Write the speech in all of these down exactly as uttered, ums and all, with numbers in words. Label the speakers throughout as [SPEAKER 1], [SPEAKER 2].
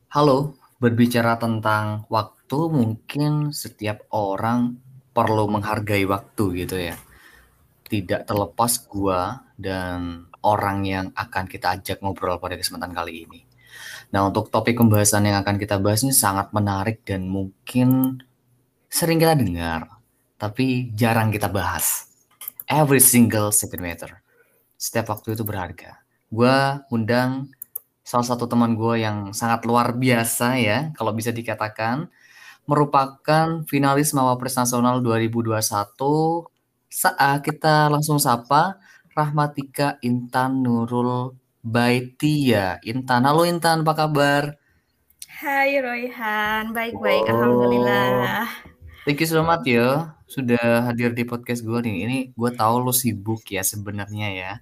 [SPEAKER 1] Halo, berbicara tentang waktu, mungkin setiap orang perlu menghargai waktu gitu ya. Tidak terlepas gua dan orang yang akan kita ajak ngobrol pada kesempatan kali ini. Nah, untuk topik pembahasan yang akan kita bahas ini sangat menarik dan mungkin sering kita dengar, tapi jarang kita bahas. Every single second matter. Setiap waktu itu berharga. Gua undang salah satu teman gue yang sangat luar biasa ya, kalau bisa dikatakan, merupakan finalis Mawapres Nasional dua ribu dua puluh satu. Saat kita langsung sapa Rahmatika Intan Nurul Baitia. Intan, halo Intan, apa kabar?
[SPEAKER 2] Hai Royhan, baik-baik,
[SPEAKER 1] Oh,
[SPEAKER 2] alhamdulillah.
[SPEAKER 1] thank you so much ya, sudah hadir di podcast gue nih. Ini gue tahu lo sibuk ya sebenarnya ya.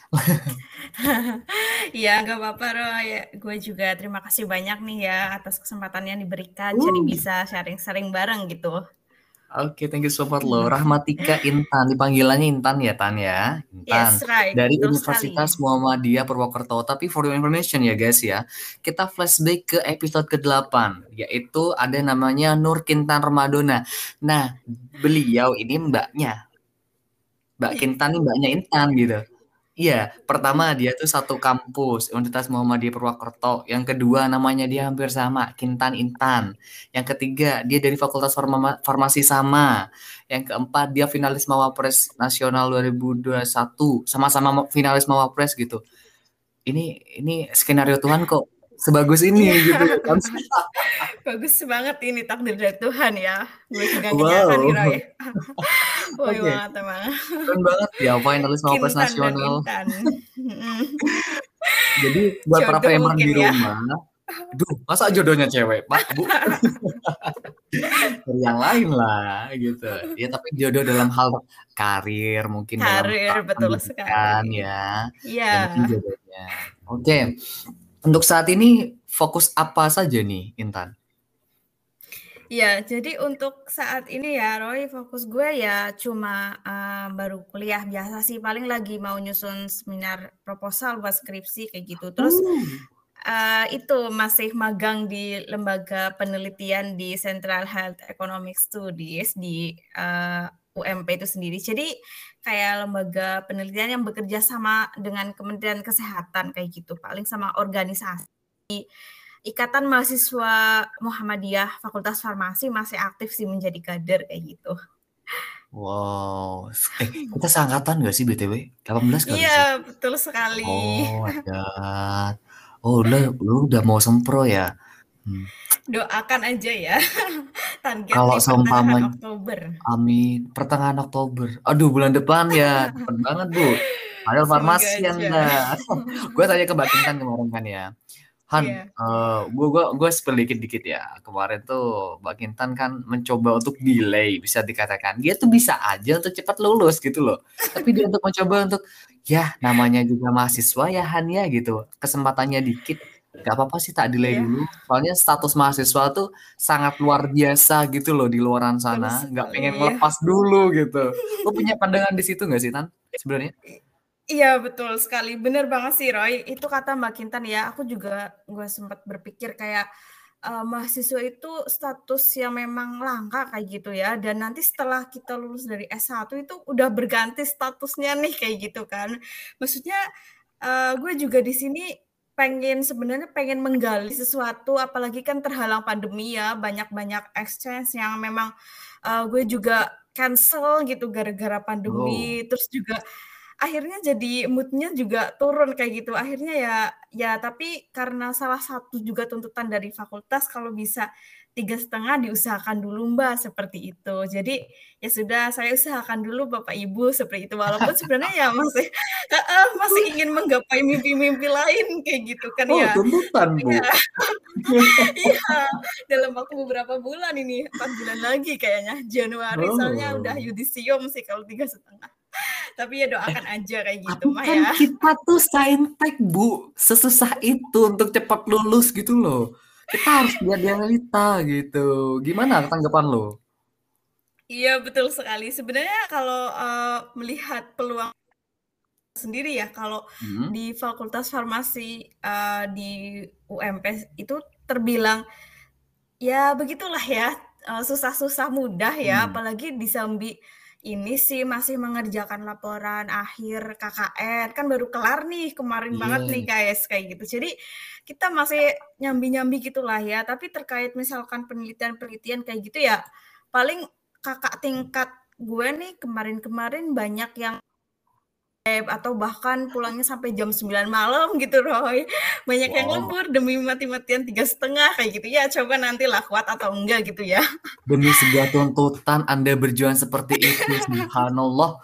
[SPEAKER 2] Ya, nggak apa-apa Roy. Gue juga terima kasih banyak nih ya atas kesempatan yang diberikan, jadi
[SPEAKER 1] Uh.
[SPEAKER 2] bisa sharing-sharing bareng gitu.
[SPEAKER 1] Oke, thank you so much loh. Rahmatika Intan, dipanggilannya Intan ya, Tan ya. Intan,
[SPEAKER 2] Yes, right,
[SPEAKER 1] dari
[SPEAKER 2] betul
[SPEAKER 1] Universitas
[SPEAKER 2] sekali.
[SPEAKER 1] Muhammadiyah Purwokerto. Tapi for your information ya guys ya, kita flashback ke episode kedelapan, yaitu ada namanya Nur Kintan Ramadona. Nah, beliau ini mbaknya, Mbak
[SPEAKER 2] Wih,
[SPEAKER 1] Kintan ini mbaknya Intan gitu. Iya, pertama dia tuh satu kampus, Universitas Muhammadiyah Purwokerto. Yang kedua namanya dia hampir sama, Kintan Intan. Yang ketiga dia dari Fakultas Farma- Farmasi sama. Yang keempat dia finalis Mawapres Nasional dua ribu dua puluh satu, sama-sama ma- finalis Mawapres gitu. Ini ini skenario Tuhan kok sebagus ini
[SPEAKER 2] iya,
[SPEAKER 1] gitu kan.
[SPEAKER 2] bagus banget ini takdir dari Tuhan ya. Gue juga gak nyangka nih Roy.
[SPEAKER 1] Wow.
[SPEAKER 2] Woi
[SPEAKER 1] Oke,
[SPEAKER 2] banget emang.
[SPEAKER 1] keren banget ya finalis Mawapres
[SPEAKER 2] Kintan dan
[SPEAKER 1] Nasional.
[SPEAKER 2] Intan. Mm-mm.
[SPEAKER 1] Jadi buat para
[SPEAKER 2] Jodoh
[SPEAKER 1] P M R
[SPEAKER 2] mungkin
[SPEAKER 1] di
[SPEAKER 2] ya.
[SPEAKER 1] rumah, duh, masa jodohnya cewek, Pak, Bu? Dari yang lain lah gitu. Ya tapi jodoh dalam hal karir, mungkin dalam
[SPEAKER 2] Karir,
[SPEAKER 1] hal
[SPEAKER 2] betul
[SPEAKER 1] pendidikan
[SPEAKER 2] sekali.
[SPEAKER 1] ya.
[SPEAKER 2] Iya.
[SPEAKER 1] Ya mungkin jodohnya. Oke, untuk saat ini fokus apa saja nih, Intan?
[SPEAKER 2] Iya, jadi untuk saat ini ya, Roy, fokus gue ya cuma uh, baru kuliah biasa sih. Paling lagi mau nyusun seminar proposal buat skripsi kayak gitu. Terus
[SPEAKER 1] Uh,
[SPEAKER 2] uh, itu masih magang di lembaga penelitian di Central Health Economic Studies di uh, U M P itu sendiri. Jadi kayak lembaga penelitian yang bekerja sama dengan Kementerian Kesehatan kayak gitu. Paling sama organisasi. Ikatan Mahasiswa Muhammadiyah Fakultas Farmasi masih aktif sih menjadi kader kayak gitu.
[SPEAKER 1] wow. Eh, kita seangkatan gak sih B T W? delapan belas kali
[SPEAKER 2] Iya,
[SPEAKER 1] sih.
[SPEAKER 2] betul sekali.
[SPEAKER 1] Oh, ada. Oh, lu, lu udah mau sempro ya? Hmm.
[SPEAKER 2] Doakan aja ya. Target
[SPEAKER 1] Kalau
[SPEAKER 2] di
[SPEAKER 1] seumpama
[SPEAKER 2] pertengahan Oktober.
[SPEAKER 1] Amin. Pertengahan Oktober. Aduh, bulan depan ya. Cepet banget, Bu. Padahal
[SPEAKER 2] Semoga
[SPEAKER 1] farmasi
[SPEAKER 2] aja.
[SPEAKER 1] Anda. Gue tanya ke Mbak Kintan kemarin kan ya. Han,
[SPEAKER 2] Iya.
[SPEAKER 1] eh gue gua gue spill dikit-dikit ya. Kemarin tuh Mbak Kintan kan mencoba untuk delay, bisa dikatakan. Dia tuh bisa aja untuk cepat lulus gitu loh. Tapi dia untuk mencoba untuk, ya namanya juga mahasiswa ya Han ya gitu. Kesempatannya dikit. Gak apa-apa sih tak delay
[SPEAKER 2] Iya,
[SPEAKER 1] dulu. Soalnya status mahasiswa tuh sangat luar biasa gitu loh di luaran
[SPEAKER 2] betul
[SPEAKER 1] sana. Gak pengen
[SPEAKER 2] sekali.
[SPEAKER 1] ngelepas dulu gitu. Lo punya pandangan di situ gak sih Tan? Sebenarnya?
[SPEAKER 2] Iya, betul sekali. Bener banget sih, Roy. Itu kata Mbak Kintan ya. Aku juga gue sempat berpikir kayak uh, mahasiswa itu status yang memang langka kayak gitu ya. Dan nanti setelah kita lulus dari S satu itu udah berganti statusnya nih kayak gitu kan. Maksudnya uh, gue juga di sini pengen sebenarnya pengen menggali sesuatu apalagi kan terhalang pandemi ya, banyak-banyak exchange yang memang uh, gue juga cancel gitu gara-gara
[SPEAKER 1] Oh.
[SPEAKER 2] pandemi. Terus juga akhirnya jadi mood-nya juga turun kayak gitu. Akhirnya ya ya tapi karena salah satu juga tuntutan dari fakultas kalau bisa tiga setengah diusahakan dulu Mbak seperti itu. Jadi ya sudah saya usahakan dulu Bapak Ibu seperti itu. Walaupun sebenarnya ya masih heeh, masih ingin menggapai mimpi-mimpi lain kayak gitu kan
[SPEAKER 1] Oh,
[SPEAKER 2] ya.
[SPEAKER 1] tuntutan,
[SPEAKER 2] Tapi ya
[SPEAKER 1] Bu.
[SPEAKER 2] iya dalam waktu beberapa bulan ini empat bulan lagi kayaknya Januari soalnya udah
[SPEAKER 1] Oh.
[SPEAKER 2] yudisium sih kalau tiga setengah. Tapi ya doakan aja kayak gitu
[SPEAKER 1] Tapi
[SPEAKER 2] mah
[SPEAKER 1] kan
[SPEAKER 2] ya.
[SPEAKER 1] kita tuh saintek, Bu. Sesusah itu untuk cepat lulus gitu loh. Kita harus lihat realita gitu. Gimana tanggapan lo?
[SPEAKER 2] Iya betul sekali. Sebenarnya kalau uh, melihat peluang sendiri ya, kalau
[SPEAKER 1] Mhm.
[SPEAKER 2] di Fakultas Farmasi, eee, di U M P itu terbilang, ya begitulah ya, eee, susah-susah mudah ya,
[SPEAKER 1] Mmm.
[SPEAKER 2] apalagi di sambi ini sih masih mengerjakan laporan akhir K K N, kan baru kelar nih, kemarin banget nih
[SPEAKER 1] Iya.
[SPEAKER 2] guys, kayak gitu. Jadi, kita masih nyambi-nyambi gitulah ya, tapi terkait misalkan penelitian-penelitian kayak gitu ya, paling kakak tingkat gue nih kemarin-kemarin banyak yang atau bahkan pulangnya sampai jam sembilan malam gitu, Roy. Banyak yang
[SPEAKER 1] Wow.
[SPEAKER 2] lembur demi mati-matian tiga setengah kayak gitu. Ya coba nantilah kuat atau enggak gitu ya.
[SPEAKER 1] Demi sebuah tuntutan Anda berjuang seperti itu, subhanallah.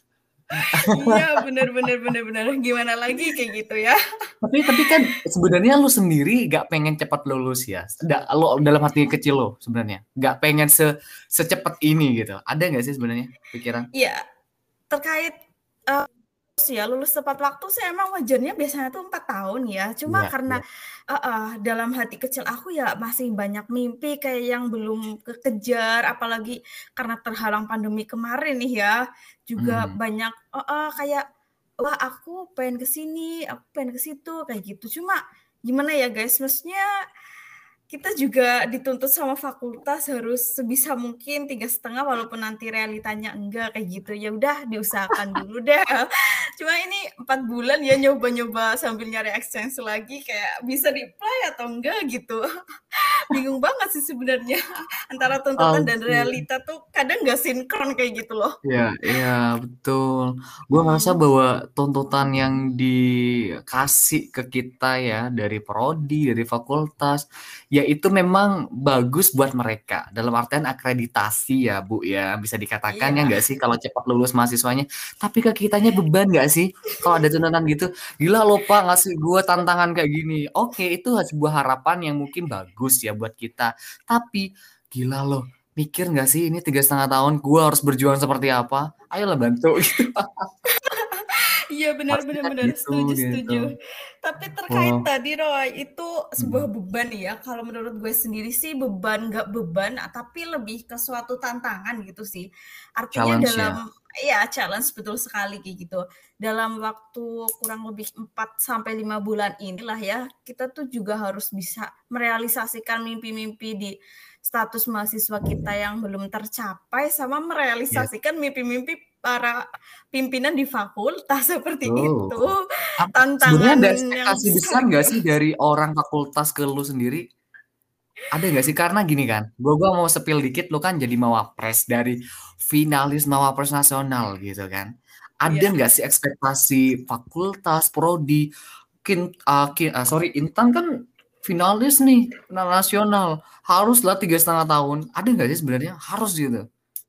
[SPEAKER 2] Iya, bener bener bener bener. Gimana lagi kayak gitu ya.
[SPEAKER 1] Tapi tapi kan sebenarnya lu sendiri gak pengen cepat lulus ya? Da lo dalam hati kecil lo sebenarnya, gak pengen se secepat ini gitu, ada gak sih sebenarnya pikiran?
[SPEAKER 2] Iya, terkait, eee, lulus ya, lulus tepat waktu sih emang wajarnya biasanya tuh empat tahun ya. Cuma
[SPEAKER 1] Iya
[SPEAKER 2] karena
[SPEAKER 1] iya.
[SPEAKER 2] heeh, dalam hati kecil aku ya masih banyak mimpi kayak yang belum kekejar, apalagi karena terhalang pandemi kemarin nih ya, juga
[SPEAKER 1] Mmm.
[SPEAKER 2] banyak heeh, kayak, wah aku pengen ke sini, aku pengen ke situ, kayak gitu. Cuma gimana ya guys, maksudnya kita juga dituntut sama fakultas harus sebisa mungkin tiga setengah walaupun nanti realitanya enggak, kayak gitu. Ya udah diusahakan dulu deh. Cuma ini empat bulan ya nyoba-nyoba sambil nyari exchange lagi, kayak bisa di-apply atau enggak gitu. Bingung banget sih sebenarnya, antara tuntutan dan
[SPEAKER 1] Oke.
[SPEAKER 2] realita tuh kadang nggak sinkron kayak gitu loh.
[SPEAKER 1] Iya iya, betul. Gua ngerasa
[SPEAKER 2] Mhm.
[SPEAKER 1] bahwa tuntutan yang dikasih ke kita ya, dari prodi, dari fakultas, ya itu memang bagus buat mereka, dalam artian akreditasi ya, Bu, ya, bisa dikatakan ya
[SPEAKER 2] Iya.
[SPEAKER 1] nggak sih kalau cepat lulus mahasiswanya. Tapi ke kitanya beban nggak sih kalau ada tuntutan gitu? "Gila loh, Pak, ngasih gua tantangan kayak gini." Oke, itu sebuah harapan yang mungkin bagus ya buat kita. Tapi, "Gila loh, mikir nggak sih ini tiga setengah tahun gua harus berjuang seperti apa? Ayolah bantu." Gitu.
[SPEAKER 2] Iya, bener
[SPEAKER 1] Pasti
[SPEAKER 2] bener
[SPEAKER 1] kan
[SPEAKER 2] bener,
[SPEAKER 1] gitu
[SPEAKER 2] setuju
[SPEAKER 1] gitu.
[SPEAKER 2] setuju. Tapi
[SPEAKER 1] Oh.
[SPEAKER 2] terkait tadi Roy, itu sebuah
[SPEAKER 1] Mhm.
[SPEAKER 2] beban ya, kalau menurut gue sendiri sih beban nggak beban, tapi lebih ke suatu tantangan gitu sih. Artinya
[SPEAKER 1] Challenge ya?
[SPEAKER 2] dalam iya challenge, betul sekali kayak gitu. Dalam waktu kurang lebih empat sampai lima bulan inilah ya, kita tuh juga harus bisa merealisasikan mimpi-mimpi di status mahasiswa kita yang belum tercapai, sama
[SPEAKER 1] Iya.
[SPEAKER 2] merealisasikan mimpi-mimpi para pimpinan di fakultas, seperti
[SPEAKER 1] Betul.
[SPEAKER 2] itu.
[SPEAKER 1] Ap sebenarnya
[SPEAKER 2] Tantangan
[SPEAKER 1] ada
[SPEAKER 2] yang
[SPEAKER 1] ekspektasi besar
[SPEAKER 2] besar
[SPEAKER 1] nggak
[SPEAKER 2] gitu.
[SPEAKER 1] sih dari orang fakultas ke lu sendiri? Ada nggak sih? Karena gini kan, gua gua mau spill dikit, lu kan jadi mawapres dari finalis mawapres nasional gitu kan. Ada
[SPEAKER 2] Iya.
[SPEAKER 1] nggak sih ekspektasi fakultas, prodi, kin eee, ki eee, sorry, Intan kan finalis nih na nasional, haruslah tiga setengah tahun. Ada nggak sih sebenarnya? Harus gitu?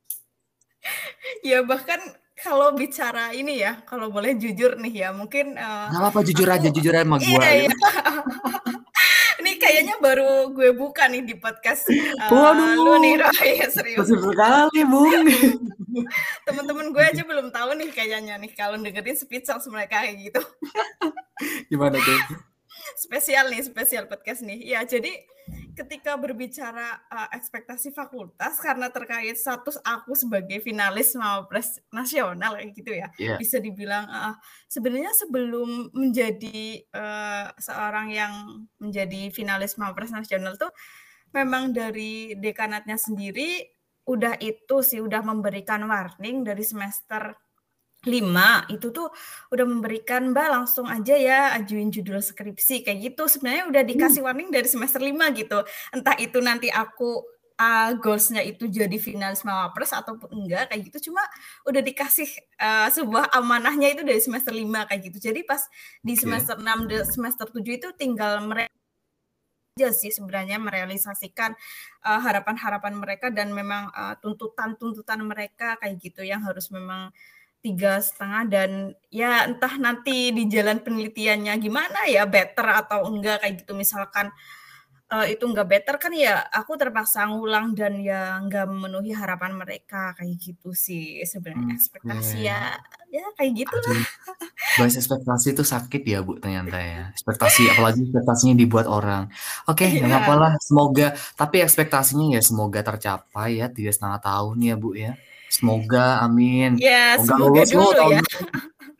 [SPEAKER 2] Ya bahkan kalau bicara ini ya, kalau boleh jujur nih ya, mungkin, eee,
[SPEAKER 1] Nggak apa-apa, jujur
[SPEAKER 2] aku
[SPEAKER 1] aja, jujur aja sama
[SPEAKER 2] iya
[SPEAKER 1] gua
[SPEAKER 2] iya.
[SPEAKER 1] gitu.
[SPEAKER 2] Ini kayaknya baru gue buka nih di podcast, eee, lu nih
[SPEAKER 1] Waduh,
[SPEAKER 2] Roy, serius.
[SPEAKER 1] eksklusif sekali, Bung.
[SPEAKER 2] Temen-temen gue
[SPEAKER 1] Oke.
[SPEAKER 2] aja belum tahu nih kayaknya nih, kalau dengerin speechless mereka kayak gitu.
[SPEAKER 1] Gimana tuh?
[SPEAKER 2] Spesial nih, spesial podcast nih. Ya jadi, ketika berbicara, eee, ekspektasi fakultas karena terkait status aku sebagai finalis mawapres nasional kayak gitu ya,
[SPEAKER 1] Iya.
[SPEAKER 2] bisa dibilang heeh, sebenarnya sebelum menjadi, eee, seorang yang menjadi finalis mawapres nasional tuh, memang dari dekanatnya sendiri, udah itu sih, udah memberikan warning dari semester lima, itu tuh udah memberikan, "Mbak langsung aja ya ajuin judul skripsi," kayak gitu. Sebenarnya udah
[SPEAKER 1] Mmm.
[SPEAKER 2] dikasih warning dari semester lima gitu. Entah itu nanti aku, eee, goals-nya itu jadi finalis mawapres ataupun enggak, kayak gitu. Cuma udah dikasih, eee, sebuah amanahnya itu dari semester lima kayak gitu. Jadi pas di
[SPEAKER 1] Oke.
[SPEAKER 2] semester enam de semester tujuh itu tinggal mere aja sih sebenarnya merealisasikan, eee, harapan-harapan mereka dan memang, eee, tuntutan-tuntutan mereka kayak gitu yang harus memang tiga setengah dan ya entah nanti di jalan penelitiannya gimana ya, better atau enggak kayak gitu. Misalkan, eee, itu enggak better kan ya aku terpaksa ngulang dan ya nggak memenuhi harapan mereka, kayak gitu sih sebenarnya
[SPEAKER 1] Oke.
[SPEAKER 2] ekspektasi ya, ya kayak gitulah.
[SPEAKER 1] Aduh, bahas ekspektasi itu sakit ya, Bu, ternyata ya. Ekspektasi, apalagi ekspektasinya dibuat orang. Oke, nggak papa
[SPEAKER 2] Iya.
[SPEAKER 1] lah, semoga tapi ekspektasinya ya semoga tercapai ya tiga setengah tahun ya, Bu, ya. Semoga, amin.
[SPEAKER 2] Ya
[SPEAKER 1] Semoga
[SPEAKER 2] semoga
[SPEAKER 1] lulus lu
[SPEAKER 2] dulu
[SPEAKER 1] tahun
[SPEAKER 2] ya.
[SPEAKER 1] depan.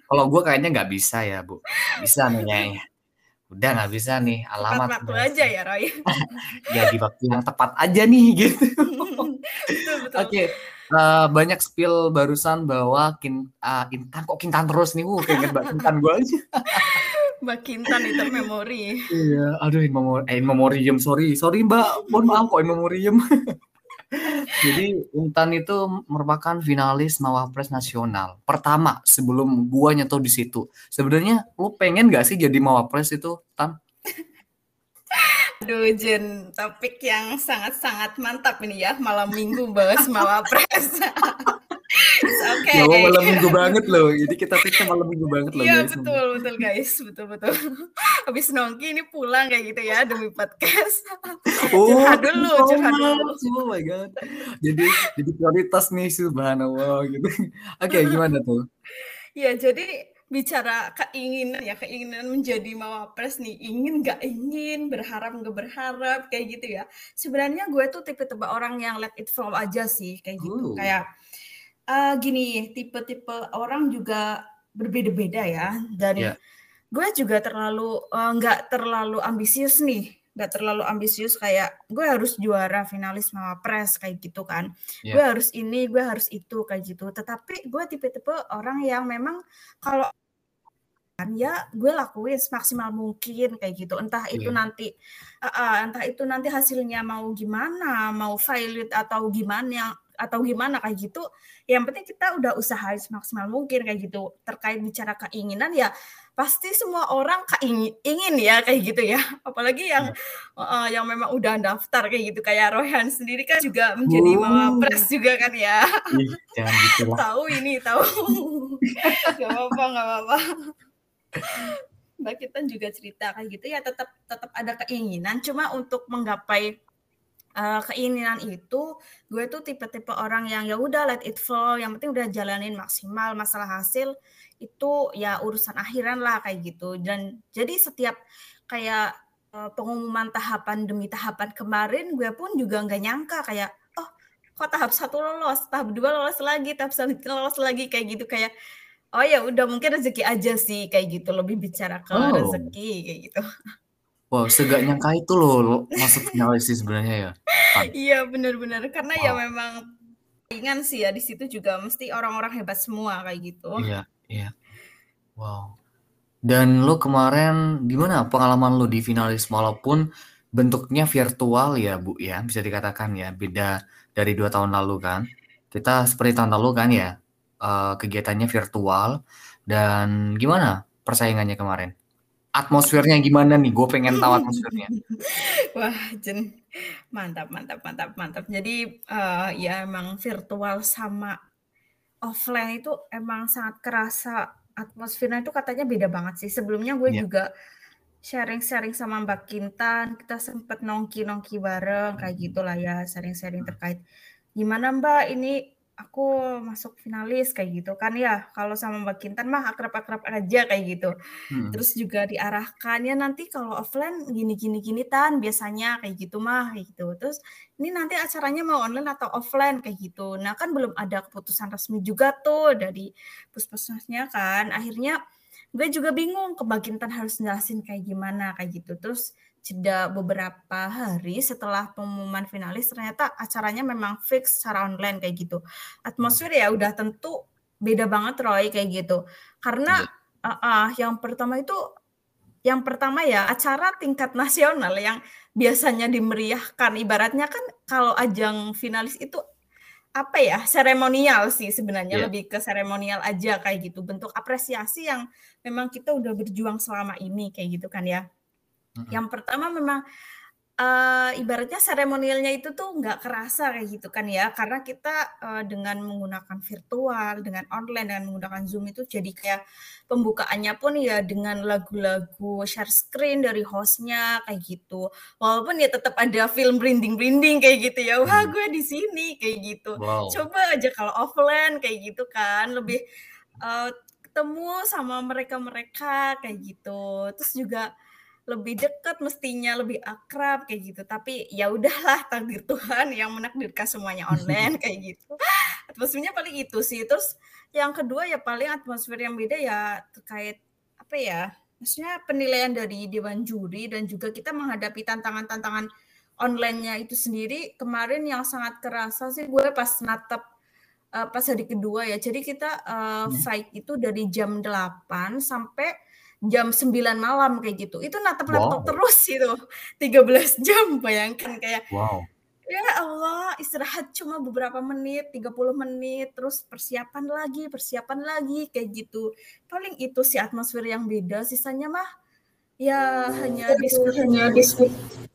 [SPEAKER 1] Kalau gue kayaknya nggak bisa ya, Bu. Nggak bisa nih kayaknya. Udah nggak bisa nih,
[SPEAKER 2] Tepat
[SPEAKER 1] alamat
[SPEAKER 2] waktu
[SPEAKER 1] udah.
[SPEAKER 2] aja ya, Roy.
[SPEAKER 1] Ya di waktu yang tepat aja nih gitu.
[SPEAKER 2] Betul betul.
[SPEAKER 1] Oke, eh, banyak spill barusan bahwa kin, ah, Intan kok Kintan terus nih, uh, keinget Mbak Kintan gue aja.
[SPEAKER 2] Mbak Kintan itu memori.
[SPEAKER 1] Iya, aduh in memori, eh, in memoriam, sorry, sorry Mbak, mohon maaf kok in memoriam. Jadi Intan itu merupakan finalis Mawapres Nasional pertama sebelum gua nyetor di situ. Sebenarnya lu pengen gak sih jadi Mawapres itu, Tan?
[SPEAKER 2] Aduh, Jen, topik yang sangat-sangat mantap ini ya, malam minggu bahas Mawapres. It's
[SPEAKER 1] Ya mau
[SPEAKER 2] okay.
[SPEAKER 1] malam minggu banget loh. Jadi kita tiknya malam minggu banget loh
[SPEAKER 2] Iya,
[SPEAKER 1] guys.
[SPEAKER 2] betul betul guys, betul betul. Habis nongki ini pulang kayak gitu ya demi podcast.
[SPEAKER 1] Oh,
[SPEAKER 2] Curhat
[SPEAKER 1] thank you
[SPEAKER 2] dulu,
[SPEAKER 1] so
[SPEAKER 2] curhat dulu.
[SPEAKER 1] much. Oh my God. Jadi jadi prioritas nih subhanallah gitu. Oke, gimana tuh?
[SPEAKER 2] Ya, jadi bicara keinginan ya, keinginan menjadi Mawapres nih, ingin nggak ingin, berharap nggak berharap, kayak gitu ya. Sebenarnya gue tuh tipe-tipe orang yang let it flow aja sih, kayak gitu.
[SPEAKER 1] Oh,
[SPEAKER 2] Kayak uh, gini, tipe-tipe orang juga berbeda-beda ya. Dan
[SPEAKER 1] ya,
[SPEAKER 2] gue juga terlalu uh, nggak terlalu ambisius nih, nggak terlalu ambisius kayak gue harus juara finalis Mawapres kayak gitu kan, gue
[SPEAKER 1] ya,
[SPEAKER 2] harus ini, gue harus itu kayak gitu. Tetapi gue tipe-tipe orang yang memang kalau kan ya gue lakuin semaksimal mungkin kayak gitu. Entah itu
[SPEAKER 1] iya.
[SPEAKER 2] nanti uh, uh, entah itu nanti hasilnya mau gimana, mau valid atau gimana atau gimana kayak gitu. Yang penting kita udah usahain semaksimal mungkin kayak gitu. Terkait bicara keinginan ya pasti semua orang keingin ingin ya kayak gitu ya. Apalagi yang
[SPEAKER 1] Iya.
[SPEAKER 2] uh, yang memang udah daftar kayak gitu, kayak Royhan sendiri kan juga menjadi
[SPEAKER 1] Oh,
[SPEAKER 2] Mawapres juga kan ya.
[SPEAKER 1] ih, jangan gitulah.
[SPEAKER 2] Tahu ini, tahu. Gak apa-apa, gak apa-apa. Mbak kita juga cerita kayak gitu ya, tetap tetap ada keinginan, cuma untuk menggapai uh, keinginan itu gue tuh tipe-tipe orang yang ya udah let it flow, yang penting udah jalanin maksimal, masalah hasil itu ya urusan akhiran lah kayak gitu. Dan jadi setiap kayak uh, pengumuman tahapan demi tahapan kemarin, gue pun juga nggak nyangka kayak oh kok tahap satu lolos, tahap dua lolos lagi, tahap selanjutnya lolos lagi kayak gitu. Kayak oh ya udah mungkin rezeki aja sih kayak gitu, lebih bicara ke
[SPEAKER 1] Oh,
[SPEAKER 2] rezeki kayak gitu.
[SPEAKER 1] wow, segak nyangka itu loh lo masuk finalis sih sebenarnya ya, Tan.
[SPEAKER 2] Iya benar-benar karena ya
[SPEAKER 1] Wow,
[SPEAKER 2] memang saingan sih ya di situ juga mesti orang-orang hebat semua kayak gitu.
[SPEAKER 1] iya, iya, wow. Dan lo kemarin gimana pengalaman lo di finalis walaupun bentuknya virtual ya Bu ya, bisa dikatakan ya, beda dari dua tahun lalu kan. Kita seperti tahun lalu kan ya, eh, kegiatannya virtual dan gimana persaingannya kemarin? Atmosfernya gimana nih? Gue pengen tahu atmosfernya.
[SPEAKER 2] Wah, Jen, mantap, mantap, mantap, mantap. Jadi uh, ya emang virtual sama offline itu emang sangat kerasa atmosfernya itu katanya beda banget sih. Sebelumnya gue
[SPEAKER 1] Iya.
[SPEAKER 2] juga sharing-sharing sama Mbak Kintan, kita sempet nongki-nongki bareng kayak gitulah ya, sharing-sharing terkait gimana Mbak ini aku masuk finalis kayak gitu kan ya. Kalau sama Mbak Kintan mah akrab-akrab aja kayak gitu.
[SPEAKER 1] Hmm.
[SPEAKER 2] Terus juga diarahkan ya nanti kalau offline gini-gini gini Tan biasanya kayak gitu mah kayak gitu. Terus ini nanti acaranya mau online atau offline kayak gitu. Nah kan belum ada keputusan resmi juga tuh dari puskesmasnya kan. Akhirnya gue juga bingung ke Mbak Kintan harus jelasin kayak gimana kayak gitu. Terus jeda beberapa hari setelah pengumuman finalis ternyata acaranya memang fix secara online kayak gitu. Atmosfer ya udah tentu beda banget Roy kayak gitu. Karena
[SPEAKER 1] Iya.
[SPEAKER 2] uh, uh, yang pertama itu yang pertama ya acara tingkat nasional yang biasanya dimeriahkan ibaratnya kan kalau ajang finalis itu apa ya seremonial sih sebenarnya
[SPEAKER 1] Iya.
[SPEAKER 2] lebih ke seremonial aja kayak gitu bentuk apresiasi yang memang kita udah berjuang selama ini kayak gitu kan ya.
[SPEAKER 1] Mm-mm.
[SPEAKER 2] Yang pertama memang uh, ibaratnya seremonialnya itu tuh nggak kerasa kayak gitu kan ya karena kita uh, dengan menggunakan virtual dengan online dengan menggunakan Zoom itu jadi kayak pembukaannya pun ya dengan lagu-lagu share screen dari hostnya kayak gitu walaupun ya tetap ada film branding-branding kayak gitu ya wah
[SPEAKER 1] Hmm.
[SPEAKER 2] gue di sini kayak gitu
[SPEAKER 1] Wow.
[SPEAKER 2] coba aja kalau offline kayak gitu kan lebih uh, ketemu sama mereka-mereka kayak gitu terus juga lebih dekat mestinya lebih akrab kayak gitu tapi ya udahlah takdir Tuhan yang menakdirkan semuanya online kayak gitu atmosfernya paling itu sih. Terus yang kedua ya paling atmosfer yang beda ya terkait apa ya, maksudnya penilaian dari dewan juri dan juga kita menghadapi tantangan-tantangan online-nya itu sendiri. Kemarin yang sangat kerasa sih gue pas natap uh, pas hari kedua ya. Jadi kita uh,
[SPEAKER 1] Hmm.
[SPEAKER 2] fight itu dari jam delapan sampai jam sembilan malam kayak gitu. Itu natap laptop
[SPEAKER 1] Wow.
[SPEAKER 2] terus itu tiga belas jam, bayangkan kayak
[SPEAKER 1] Wow.
[SPEAKER 2] ya Allah, istirahat cuma beberapa menit, tiga puluh menit, terus persiapan lagi, persiapan lagi, kayak gitu. Paling itu sih atmosfer yang beda, sisanya mah ya hanya diskusi
[SPEAKER 1] Hanya diskusi.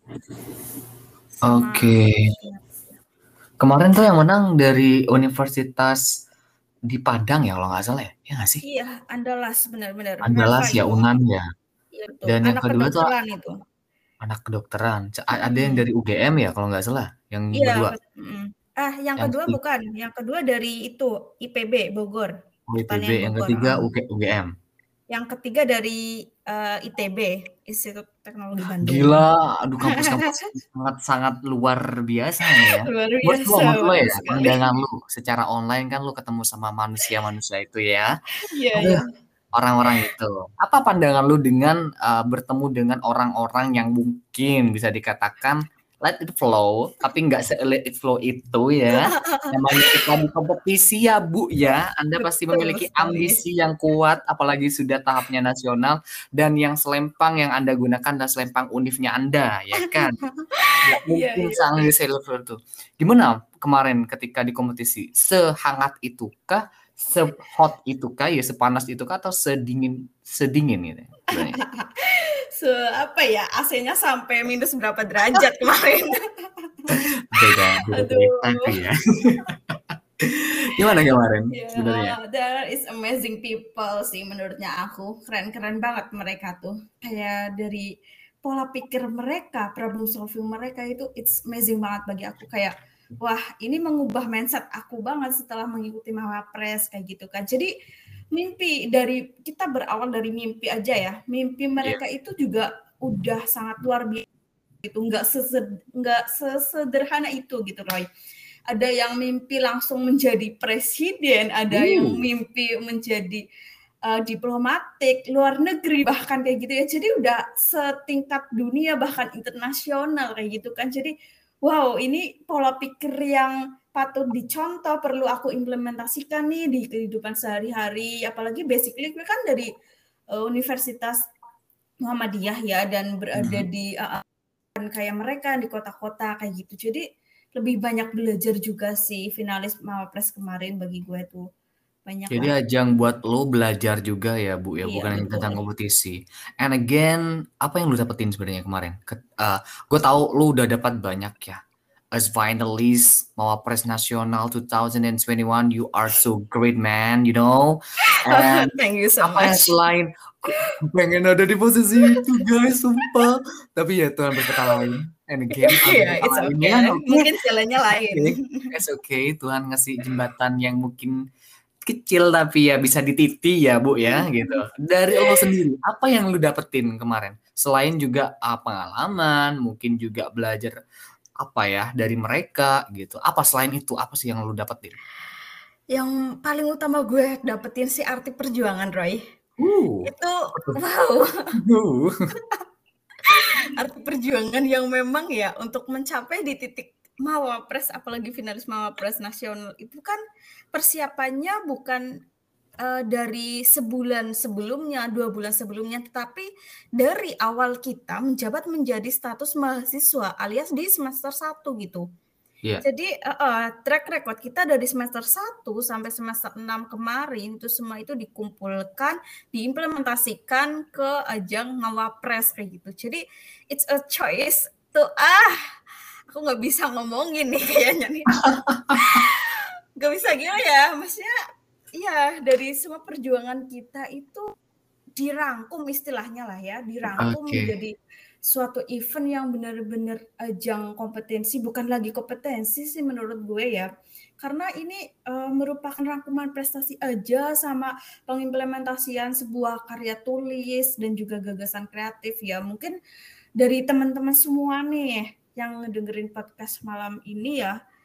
[SPEAKER 2] sama
[SPEAKER 1] Oke.
[SPEAKER 2] siap, siap.
[SPEAKER 1] Kemarin tuh yang menang dari Universitas di Padang ya kalau nggak salah ya, ya nggak sih?
[SPEAKER 2] Iya, Andalas benar-benar. Reva
[SPEAKER 1] Andalas ya,
[SPEAKER 2] itu.
[SPEAKER 1] Unan ya.
[SPEAKER 2] Iya betul,
[SPEAKER 1] Dan yang
[SPEAKER 2] anak
[SPEAKER 1] kedua tuh
[SPEAKER 2] kedokteran itu.
[SPEAKER 1] anak kedokteran. A- Ada yang
[SPEAKER 2] Hmm.
[SPEAKER 1] dari U G M ya kalau nggak salah, yang
[SPEAKER 2] Iya,
[SPEAKER 1] berdua.
[SPEAKER 2] mm. ah yang
[SPEAKER 1] Yang
[SPEAKER 2] kedua
[SPEAKER 1] ketiga
[SPEAKER 2] bukan, yang kedua dari itu I P B Bogor,
[SPEAKER 1] U I P B,
[SPEAKER 2] Pertanian
[SPEAKER 1] yang
[SPEAKER 2] Bogor.
[SPEAKER 1] ketiga
[SPEAKER 2] Uh.
[SPEAKER 1] U G M.
[SPEAKER 2] Yang ketiga dari uh, I T B, Institut Teknologi Bandung.
[SPEAKER 1] Gila, aduh kampus-kampus sangat-sangat luar biasa ya.
[SPEAKER 2] Luar
[SPEAKER 1] Menurut lo,
[SPEAKER 2] biasa,
[SPEAKER 1] menurut lo
[SPEAKER 2] betul
[SPEAKER 1] ya,
[SPEAKER 2] sekali.
[SPEAKER 1] pandangan lu secara online kan lu ketemu sama manusia-manusia itu ya.
[SPEAKER 2] Iya,
[SPEAKER 1] Aduh,
[SPEAKER 2] iya.
[SPEAKER 1] orang-orang itu. Apa pandangan lu dengan uh, bertemu dengan orang-orang yang mungkin bisa dikatakan let it flow, tapi nggak se-let it flow itu ya. Namanya kita di kompetisi ya Bu ya, Anda pasti
[SPEAKER 2] Betul
[SPEAKER 1] memiliki
[SPEAKER 2] sekali.
[SPEAKER 1] ambisi yang kuat, apalagi sudah tahapnya nasional, dan yang selempang yang Anda gunakan adalah selempang unifnya Anda, ya kan? Nggak
[SPEAKER 2] Iya,
[SPEAKER 1] mungkin
[SPEAKER 2] iya.
[SPEAKER 1] sangat silver tuh. Gimana kemarin ketika di kompetisi? Sehangat itukah? Se-hot itukah? Ya sepanas itukah? Atau sedingin sedingin gitu? Sebenarnya.
[SPEAKER 2] Se apa ya, A C-nya sampai minus berapa derajat kemarin.
[SPEAKER 1] Beda, beda cerita
[SPEAKER 2] Aduh.
[SPEAKER 1] tuh ya. Gimana kemarin
[SPEAKER 2] Ya,
[SPEAKER 1] sebenarnya?
[SPEAKER 2] there is amazing people sih menurutnya aku. Keren-keren banget mereka tuh. Kayak dari pola pikir mereka, problem solving mereka itu it's amazing banget bagi aku. Kayak wah, ini mengubah mindset aku banget setelah mengikuti Mawapres kayak gitu kan. Jadi mimpi dari kita berawal dari mimpi aja ya. Mimpi mereka
[SPEAKER 1] Iya.
[SPEAKER 2] itu juga udah sangat luar biasa gitu. Nggak sesed, nggak sesederhana itu gitu Roy. Ada yang mimpi langsung menjadi presiden, ada yang
[SPEAKER 1] Uh.
[SPEAKER 2] mimpi menjadi uh, diplomatik luar negeri bahkan kayak gitu ya. Jadi udah setingkat dunia bahkan internasional kayak gitu kan. Jadi wow, ini pola pikir yang patut dicontoh, perlu aku implementasikan nih di kehidupan sehari-hari. Apalagi basically gue kan dari uh, Universitas Muhammadiyah ya dan berada
[SPEAKER 1] Hmm.
[SPEAKER 2] di uh, kayak mereka di kota-kota kayak gitu. Jadi lebih banyak belajar juga sih finalis Mawapres kemarin bagi gue tuh. Banyak
[SPEAKER 1] Jadi
[SPEAKER 2] lah.
[SPEAKER 1] ajang buat lo belajar juga ya Bu ya,
[SPEAKER 2] Iya,
[SPEAKER 1] bukan hanya tentang
[SPEAKER 2] betul.
[SPEAKER 1] kompetisi. And again, apa yang lu dapetin sebenarnya kemarin? Uh, gue tahu lu udah dapat banyak ya. As finalist Mawapres Nasional dua ribu dua puluh satu, you are so great man, you know. And
[SPEAKER 2] Thank you so
[SPEAKER 1] apa yang
[SPEAKER 2] much.
[SPEAKER 1] selain gue pengen ada di posisi itu guys, sumpah. Tapi ya Tuhan berkata lain. And again Tuhan
[SPEAKER 2] Iya,
[SPEAKER 1] berkata
[SPEAKER 2] it's
[SPEAKER 1] lain ya.
[SPEAKER 2] okay.
[SPEAKER 1] Oke,
[SPEAKER 2] Mungkin jalannya
[SPEAKER 1] it's
[SPEAKER 2] lain.
[SPEAKER 1] okay. It's okay. Tuhan ngasih jembatan yang mungkin kecil tapi ya bisa dititi ya Bu ya gitu. Dari lo sendiri, apa yang lu dapetin kemarin? Selain juga uh, pengalaman, mungkin juga belajar apa ya dari mereka gitu. Apa selain itu, apa sih yang lu dapetin?
[SPEAKER 2] Yang paling utama gue dapetin sih arti perjuangan, Roy.
[SPEAKER 1] Uh.
[SPEAKER 2] Itu wow.
[SPEAKER 1] Uh.
[SPEAKER 2] Arti perjuangan yang memang ya untuk mencapai di titik Mawapres, apalagi finalis Mawapres nasional itu kan persiapannya bukan uh, dari sebulan sebelumnya, dua bulan sebelumnya, tetapi dari awal kita menjabat menjadi status mahasiswa alias di semester satu gitu.
[SPEAKER 1] Yeah.
[SPEAKER 2] Jadi uh, uh, track record kita dari semester satu sampai semester enam kemarin itu semua itu dikumpulkan, diimplementasikan ke ajang Mawapres kayak gitu. Jadi it's a choice to ah aku nggak bisa ngomongin nih kayaknya nih. Nggak bisa gila ya, maksudnya iya dari semua perjuangan kita itu dirangkum istilahnya lah ya, dirangkum
[SPEAKER 1] Okay.
[SPEAKER 2] menjadi suatu event yang benar-benar ajang kompetensi, bukan lagi kompetensi sih menurut gue ya. Karena ini uh, merupakan rangkuman prestasi aja sama pengimplementasian sebuah karya tulis dan juga gagasan kreatif ya. Mungkin dari teman-teman semua nih yang ngedengerin podcast malam ini ya,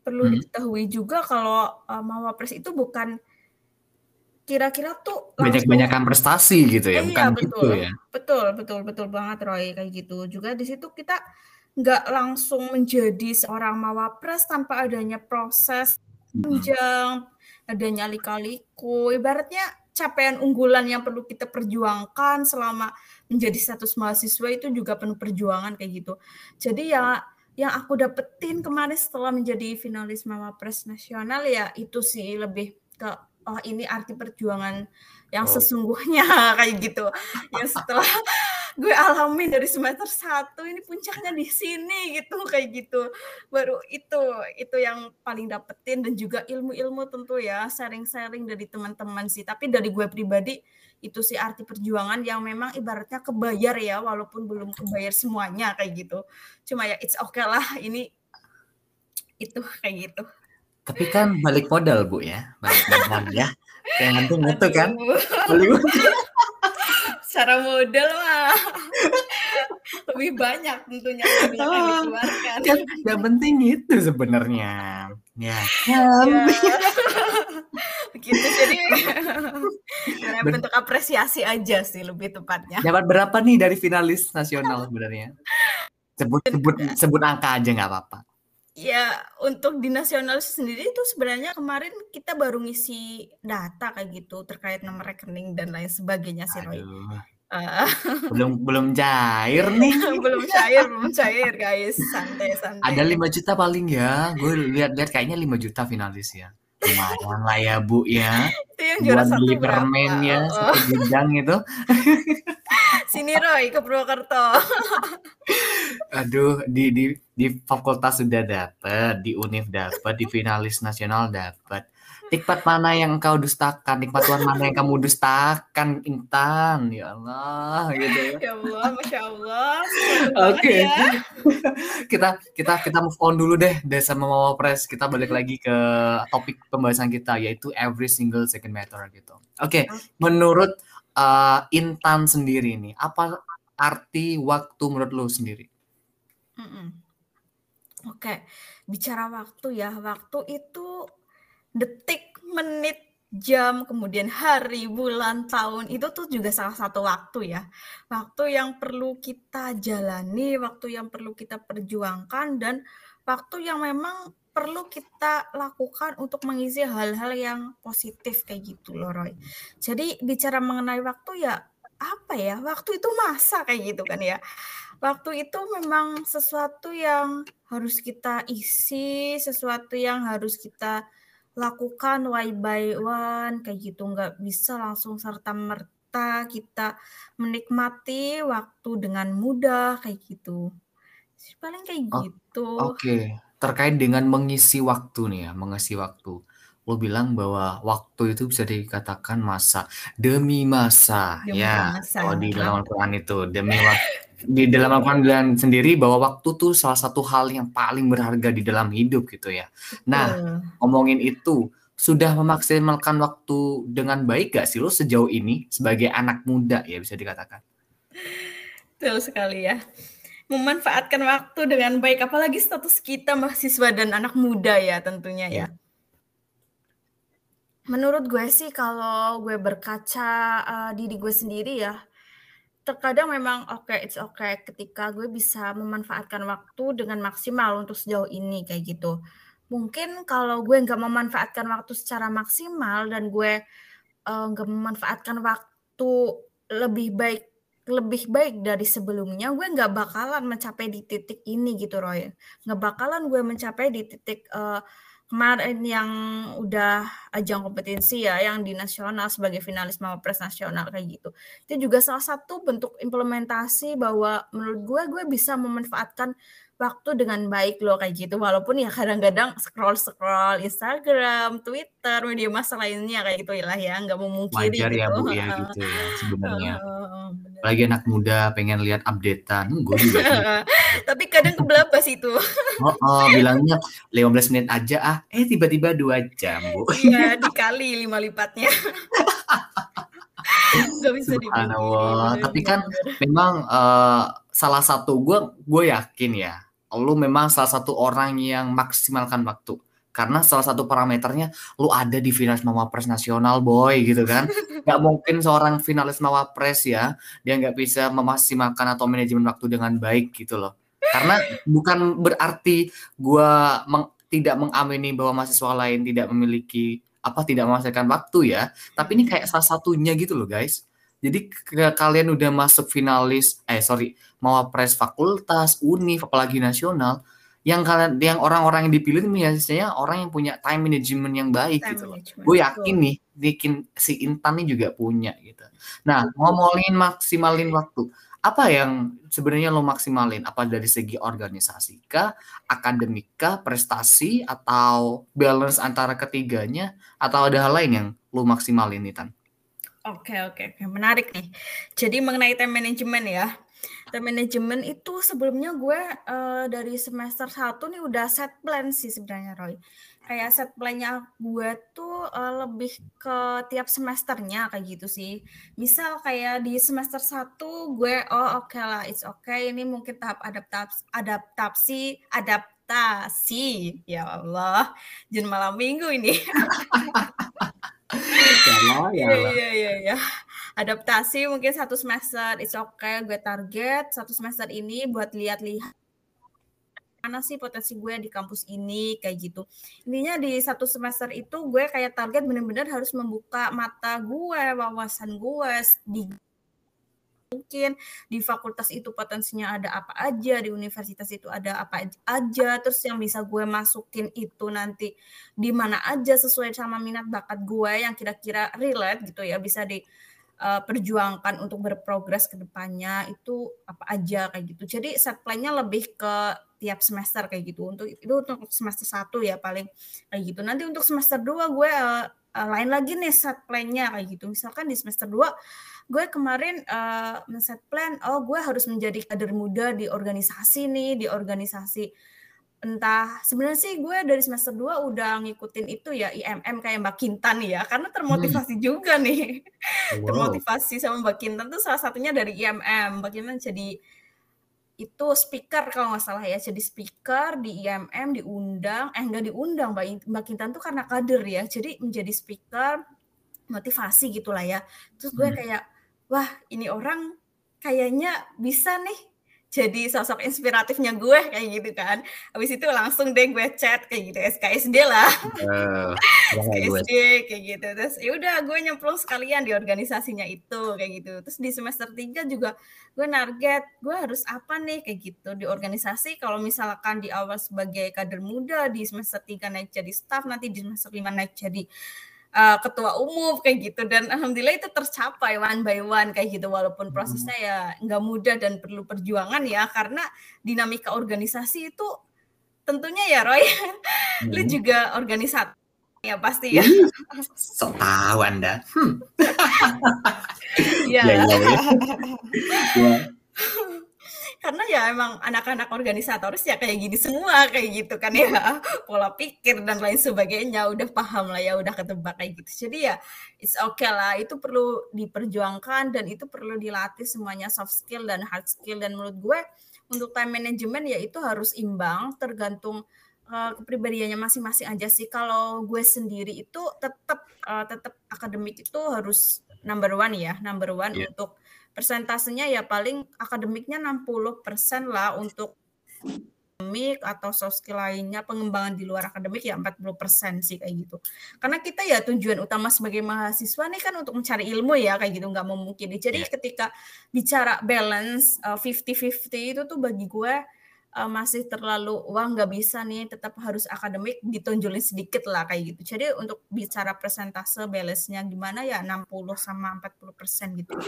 [SPEAKER 2] perlu
[SPEAKER 1] Mhm.
[SPEAKER 2] diketahui juga kalau, eee, mawapres itu bukan kira-kira tuh langsung
[SPEAKER 1] Banyak-banyakan prestasi gitu ya,
[SPEAKER 2] eh,
[SPEAKER 1] bukan
[SPEAKER 2] iya
[SPEAKER 1] gitu
[SPEAKER 2] betul,
[SPEAKER 1] ya?
[SPEAKER 2] betul betul betul banget Roy, kayak gitu. Juga di situ kita nggak langsung menjadi seorang mawapres tanpa adanya proses
[SPEAKER 1] Mhm.
[SPEAKER 2] panjang, adanya lika-liku, ibaratnya capaian unggulan yang perlu kita perjuangkan selama menjadi status mahasiswa itu juga penuh perjuangan kayak gitu. Jadi ya yang aku dapetin kemarin setelah menjadi finalis mawapres nasional ya itu sih lebih ke, oh ini arti perjuangan yang
[SPEAKER 1] Oh.
[SPEAKER 2] sesungguhnya kayak gitu. Yang setelah gue alamin dari semester satu ini puncaknya di sini gitu, kayak gitu. Baru itu, itu yang paling dapetin dan juga ilmu-ilmu tentu ya, sharing-sharing dari teman-teman sih. Tapi dari gue pribadi, itu sih arti perjuangan yang memang ibaratnya kebayar ya, walaupun belum kebayar semuanya kayak gitu. Cuma ya it's okay lah ini itu, kayak gitu.
[SPEAKER 1] Tapi kan balik modal Bu ya, balik modal ya. Yang penting itu kan,
[SPEAKER 2] Aduh.
[SPEAKER 1] balik modal.
[SPEAKER 2] Secara modal mah lebih banyak tentunya, lebih banyak yang
[SPEAKER 1] Oh,
[SPEAKER 2] dikeluarkan.
[SPEAKER 1] kan yang penting itu sebenarnya, ya kan?
[SPEAKER 2] Ya. Begitu, jadi sebenarnya
[SPEAKER 1] Ben
[SPEAKER 2] bentuk apresiasi aja sih lebih tepatnya.
[SPEAKER 1] Dapat berapa nih dari finalis nasional sebenarnya? Sebut sebut sebut angka aja nggak apa-apa.
[SPEAKER 2] Ya, untuk di nasional sendiri itu sebenarnya kemarin kita baru ngisi data kayak gitu, terkait nomor rekening dan lain sebagainya sih, Roy.
[SPEAKER 1] Aduh.
[SPEAKER 2] Heeh.
[SPEAKER 1] Belum belum cair nih.
[SPEAKER 2] Belum cair belum cair, guys. Santai
[SPEAKER 1] Ada
[SPEAKER 2] santai.
[SPEAKER 1] lima juta paling ya, gue lihat-lihat kayaknya lima juta finalis ya. Lumayan lah ya Bu ya,
[SPEAKER 2] Itu yang juara
[SPEAKER 1] buat
[SPEAKER 2] satu
[SPEAKER 1] beli
[SPEAKER 2] berapa?
[SPEAKER 1] permen ya,
[SPEAKER 2] Heeh.
[SPEAKER 1] satu gudang itu.
[SPEAKER 2] Sini Roy, ke Purwokerto.
[SPEAKER 1] Aduh, di di di fakultas sudah dapet, di univ dapet, di finalis nasional dapet. Nikmat mana yang engkau dustakan? Nikmat Tuhan mana yang kamu dustakan, Intan? Ya Allah, gitu ya.
[SPEAKER 2] Ya Allah, Masya Allah, semangat banget
[SPEAKER 1] Oke.
[SPEAKER 2] ya.
[SPEAKER 1] Kita kita kita move on dulu deh dari sama Mawapres. Kita balik lagi ke topik pembahasan kita yaitu every single second matter gitu. Oke,
[SPEAKER 2] Oke.
[SPEAKER 1] menurut uh, Intan sendiri nih, apa arti waktu menurut lo sendiri?
[SPEAKER 2] Mhm. Oke, bicara waktu ya, waktu itu detik, menit, jam, kemudian hari, bulan, tahun, itu tuh juga salah satu waktu ya. Waktu yang perlu kita jalani, waktu yang perlu kita perjuangkan, dan waktu yang memang perlu kita lakukan untuk mengisi hal-hal yang positif kayak gitu loh, Roy. Jadi bicara mengenai waktu ya, apa ya, waktu itu masa kayak gitu kan ya. Waktu itu memang sesuatu yang harus kita isi, sesuatu yang harus kita lakukan one by one kayak gitu, nggak bisa langsung serta-merta kita menikmati waktu dengan mudah kayak gitu. Paling kayak
[SPEAKER 1] Oh,
[SPEAKER 2] gitu.
[SPEAKER 1] oke. Terkait dengan mengisi waktu nih ya, mengisi waktu. Lo bilang bahwa waktu itu bisa dikatakan masa demi masa,
[SPEAKER 2] Demi
[SPEAKER 1] ya.
[SPEAKER 2] masa,
[SPEAKER 1] Kalau di
[SPEAKER 2] heeh.
[SPEAKER 1] dalam Al-Quran itu demi waktu. Di dalam Al-Quran bilang sendiri bahwa waktu tuh salah satu hal yang paling berharga di dalam hidup gitu ya. Nah,
[SPEAKER 2] Betul.
[SPEAKER 1] ngomongin itu, sudah memaksimalkan waktu dengan baik gak sih lo sejauh ini sebagai anak muda ya bisa dikatakan?
[SPEAKER 2] Betul sekali ya. Memanfaatkan waktu dengan baik, apalagi status kita mahasiswa dan anak muda ya tentunya ya.
[SPEAKER 1] Ya.
[SPEAKER 2] Menurut gue sih kalau gue berkaca uh, diri gue sendiri ya, terkadang memang oke, okay, it's okay ketika gue bisa memanfaatkan waktu dengan maksimal untuk sejauh ini kayak gitu. Mungkin kalau gue nggak memanfaatkan waktu secara maksimal dan gue uh, nggak memanfaatkan waktu lebih baik lebih baik dari sebelumnya, gue nggak bakalan mencapai di titik ini gitu Roy. Nggak bakalan gue mencapai di titik uh, kemarin yang udah ajang kompetensi ya, yang di nasional sebagai finalis Mawapres nasional kayak gitu. Itu juga salah satu bentuk implementasi bahwa menurut gue, gue bisa memanfaatkan waktu dengan baik loh kayak gitu. Walaupun ya kadang-kadang scroll-scroll Instagram, Twitter, media massa lainnya kayak gitu lah ya, nggak memungkiri
[SPEAKER 1] Wajar ya
[SPEAKER 2] gitu.
[SPEAKER 1] Bu ya gitu ya sebenarnya.
[SPEAKER 2] Heeh, bener.
[SPEAKER 1] Lagi anak muda pengen lihat updatean, hmm, gue juga gitu.
[SPEAKER 2] Tapi kadang kebelabas itu.
[SPEAKER 1] Oh, oh, bilangnya lima belas menit aja ah, eh tiba-tiba dua jam Bu.
[SPEAKER 2] Iya, dikali lima lipatnya. Gak bisa dipungkiri,
[SPEAKER 1] Subhanallah. Tapi kan
[SPEAKER 2] bener-bener.
[SPEAKER 1] memang uh, salah satu gue gue yakin ya, lu memang salah satu orang yang maksimalkan waktu. Karena salah satu parameternya lu ada di finalis Mawapres nasional boy gitu kan. Nggak mungkin seorang finalis Mawapres ya, dia nggak bisa memaksimalkan atau manajemen waktu dengan baik gitu loh. Karena bukan berarti gua meng, tidak mengamini bahwa mahasiswa lain tidak memiliki apa tidak menghasilkan waktu ya, tapi ini kayak salah satunya gitu loh guys. Jadi ke, kalian udah masuk finalis, eh sorry, Mawapres fakultas, univ, apalagi nasional, yang kalian, yang orang-orang yang dipilih itu biasanya orang yang punya time management yang baik
[SPEAKER 2] Time
[SPEAKER 1] gitu loh.
[SPEAKER 2] management,
[SPEAKER 1] Gue yakin
[SPEAKER 2] betul.
[SPEAKER 1] nih, bikin si Intan nih juga punya gitu. Nah, ngomongin maksimalin waktu, apa yang sebenarnya lo maksimalin? Apa dari segi organisasi kah, akademika, prestasi, atau balance antara ketiganya, atau ada hal lain yang lo maksimalin nih Tan?
[SPEAKER 2] Oke oke oke, menarik nih. Jadi mengenai time management ya, time management itu sebelumnya gue, eee, dari semester satu nih udah set plan sih sebenarnya Roy. Kayak set plan-nya gue tuh, eee, lebih ke tiap semesternya kayak gitu sih. Misal kayak di semester satu gue, oh oke lah, it's okay, ini mungkin tahap adaptaps adaptasi adaptasi, ya Allah, jin malam minggu ini.
[SPEAKER 1] Ya Allah, ya
[SPEAKER 2] Iya
[SPEAKER 1] Allah.
[SPEAKER 2] iya iya iya. Adaptasi mungkin satu semester, it's okay, gue target satu semester ini buat lihat-lihat mana sih potensi gue di kampus ini, kayak gitu. Intinya di satu semester itu gue kayak target bener-bener harus membuka mata gue, wawasan gue di mungkin di fakultas itu potensinya ada apa aja, di universitas itu ada apa aja, terus yang bisa gue masukin itu nanti di mana aja sesuai sama minat bakat gue yang kira-kira relate gitu ya, bisa di uh, perjuangkan untuk berprogres ke depannya itu apa aja kayak gitu. Jadi set plan-nya lebih ke tiap semester kayak gitu. Untuk itu untuk semester satu ya paling kayak gitu. Nanti untuk semester dua gue uh, uh, lain lagi nih set plan-nya kayak gitu. Misalkan di semester dua gue kemarin uh, men-set plan, oh gue harus menjadi kader muda di organisasi nih, di organisasi entah sebenarnya sih gue dari semester dua udah ngikutin itu ya I M M kayak Mbak Kintan ya, karena
[SPEAKER 1] Hmm.
[SPEAKER 2] termotivasi juga nih.
[SPEAKER 1] Wow.
[SPEAKER 2] Termotivasi sama Mbak Kintan tuh salah satunya dari I M M. Mbak Kintan jadi itu speaker kalau nggak salah ya, jadi speaker di I M M diundang, eh nggak diundang Mbak, Mbak Kintan tuh karena kader ya, jadi menjadi speaker motivasi gitulah ya. Terus gue
[SPEAKER 1] Hmm.
[SPEAKER 2] kayak, wah ini orang kayaknya bisa nih jadi sosok inspiratifnya gue kayak gitu kan. Habis itu langsung deh gue chat kayak gitu S K S D lah.
[SPEAKER 1] Uh,
[SPEAKER 2] S K S
[SPEAKER 1] gue.
[SPEAKER 2] D kayak gitu. Terus ya udah gue nyemplung sekalian di organisasinya itu kayak gitu. Terus di semester tiga juga gue target gue harus apa nih kayak gitu di organisasi. Kalau misalkan di awal sebagai kader muda, di semester tiga naik jadi staff, nanti di semester lima naik jadi uh, ketua umum kayak gitu, dan alhamdulillah itu tercapai one by one kayak gitu, walaupun prosesnya ya nggak mudah dan perlu perjuangan ya, karena dinamika organisasi itu tentunya ya Roy,
[SPEAKER 1] Hmm.
[SPEAKER 2] lu juga organisasi ya pasti ya.
[SPEAKER 1] Ih, sok tahu Anda. Hmm.
[SPEAKER 2] Iya.
[SPEAKER 1] Ya, ya, ya. Ya.
[SPEAKER 2] Karena ya emang anak-anak organisatoris ya kayak gini semua kayak gitu kan ya, pola pikir dan lain sebagainya udah paham lah ya, udah ketebak kayak gitu. Jadi ya it's okay lah, itu perlu diperjuangkan dan itu perlu dilatih semuanya, soft skill dan hard skill. Dan menurut gue untuk time management ya itu harus imbang, tergantung uh, kepribadiannya masing-masing aja sih. Kalau gue sendiri itu tetap uh, tetap akademik itu harus number one ya, number one
[SPEAKER 1] Yeah.
[SPEAKER 2] untuk persentasenya ya paling akademiknya enam puluh persen lah, untuk akademik atau soft skill lainnya, pengembangan di luar akademik ya empat puluh persen sih kayak gitu. Karena kita ya tujuan utama sebagai mahasiswa nih kan untuk mencari ilmu ya kayak gitu, nggak memungkiri. Jadi yeah. ketika bicara balance uh, fifty fifty itu tuh bagi gue uh, masih terlalu, wah nggak bisa nih, tetap harus akademik, ditonjolin sedikit lah kayak gitu. Jadi untuk bicara persentase balance-nya gimana ya enam puluh sama empat puluh persen gitu.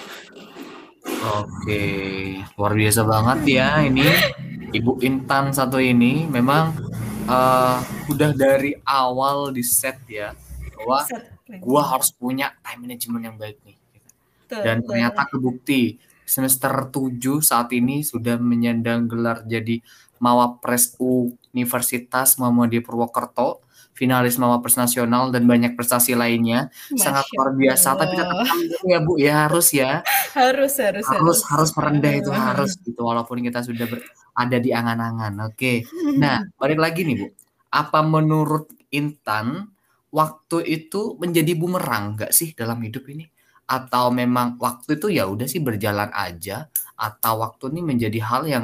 [SPEAKER 1] Oke, luar biasa banget ya ini Ibu Intan satu ini. Memang uh, udah dari awal di set ya bahwa gue harus punya time management yang baik nih. Dan ternyata kebukti semester tujuh saat ini sudah menyandang gelar jadi Mawapres Universitas Muhammadiyah Purwokerto, finalis Mawapres Nasional dan banyak prestasi lainnya. Masya sangat luar biasa, Allah. Tapi tetap ya Bu ya, harus ya.
[SPEAKER 2] Harus, harus,
[SPEAKER 1] harus, harus, harus merendah itu harus gitu, walaupun kita sudah ber, ada di angan-angan. Oke, nah balik lagi nih Bu, apa menurut Intan, waktu itu menjadi bumerang nggak sih dalam hidup ini? Atau memang waktu itu ya udah sih berjalan aja, atau waktu ini menjadi hal yang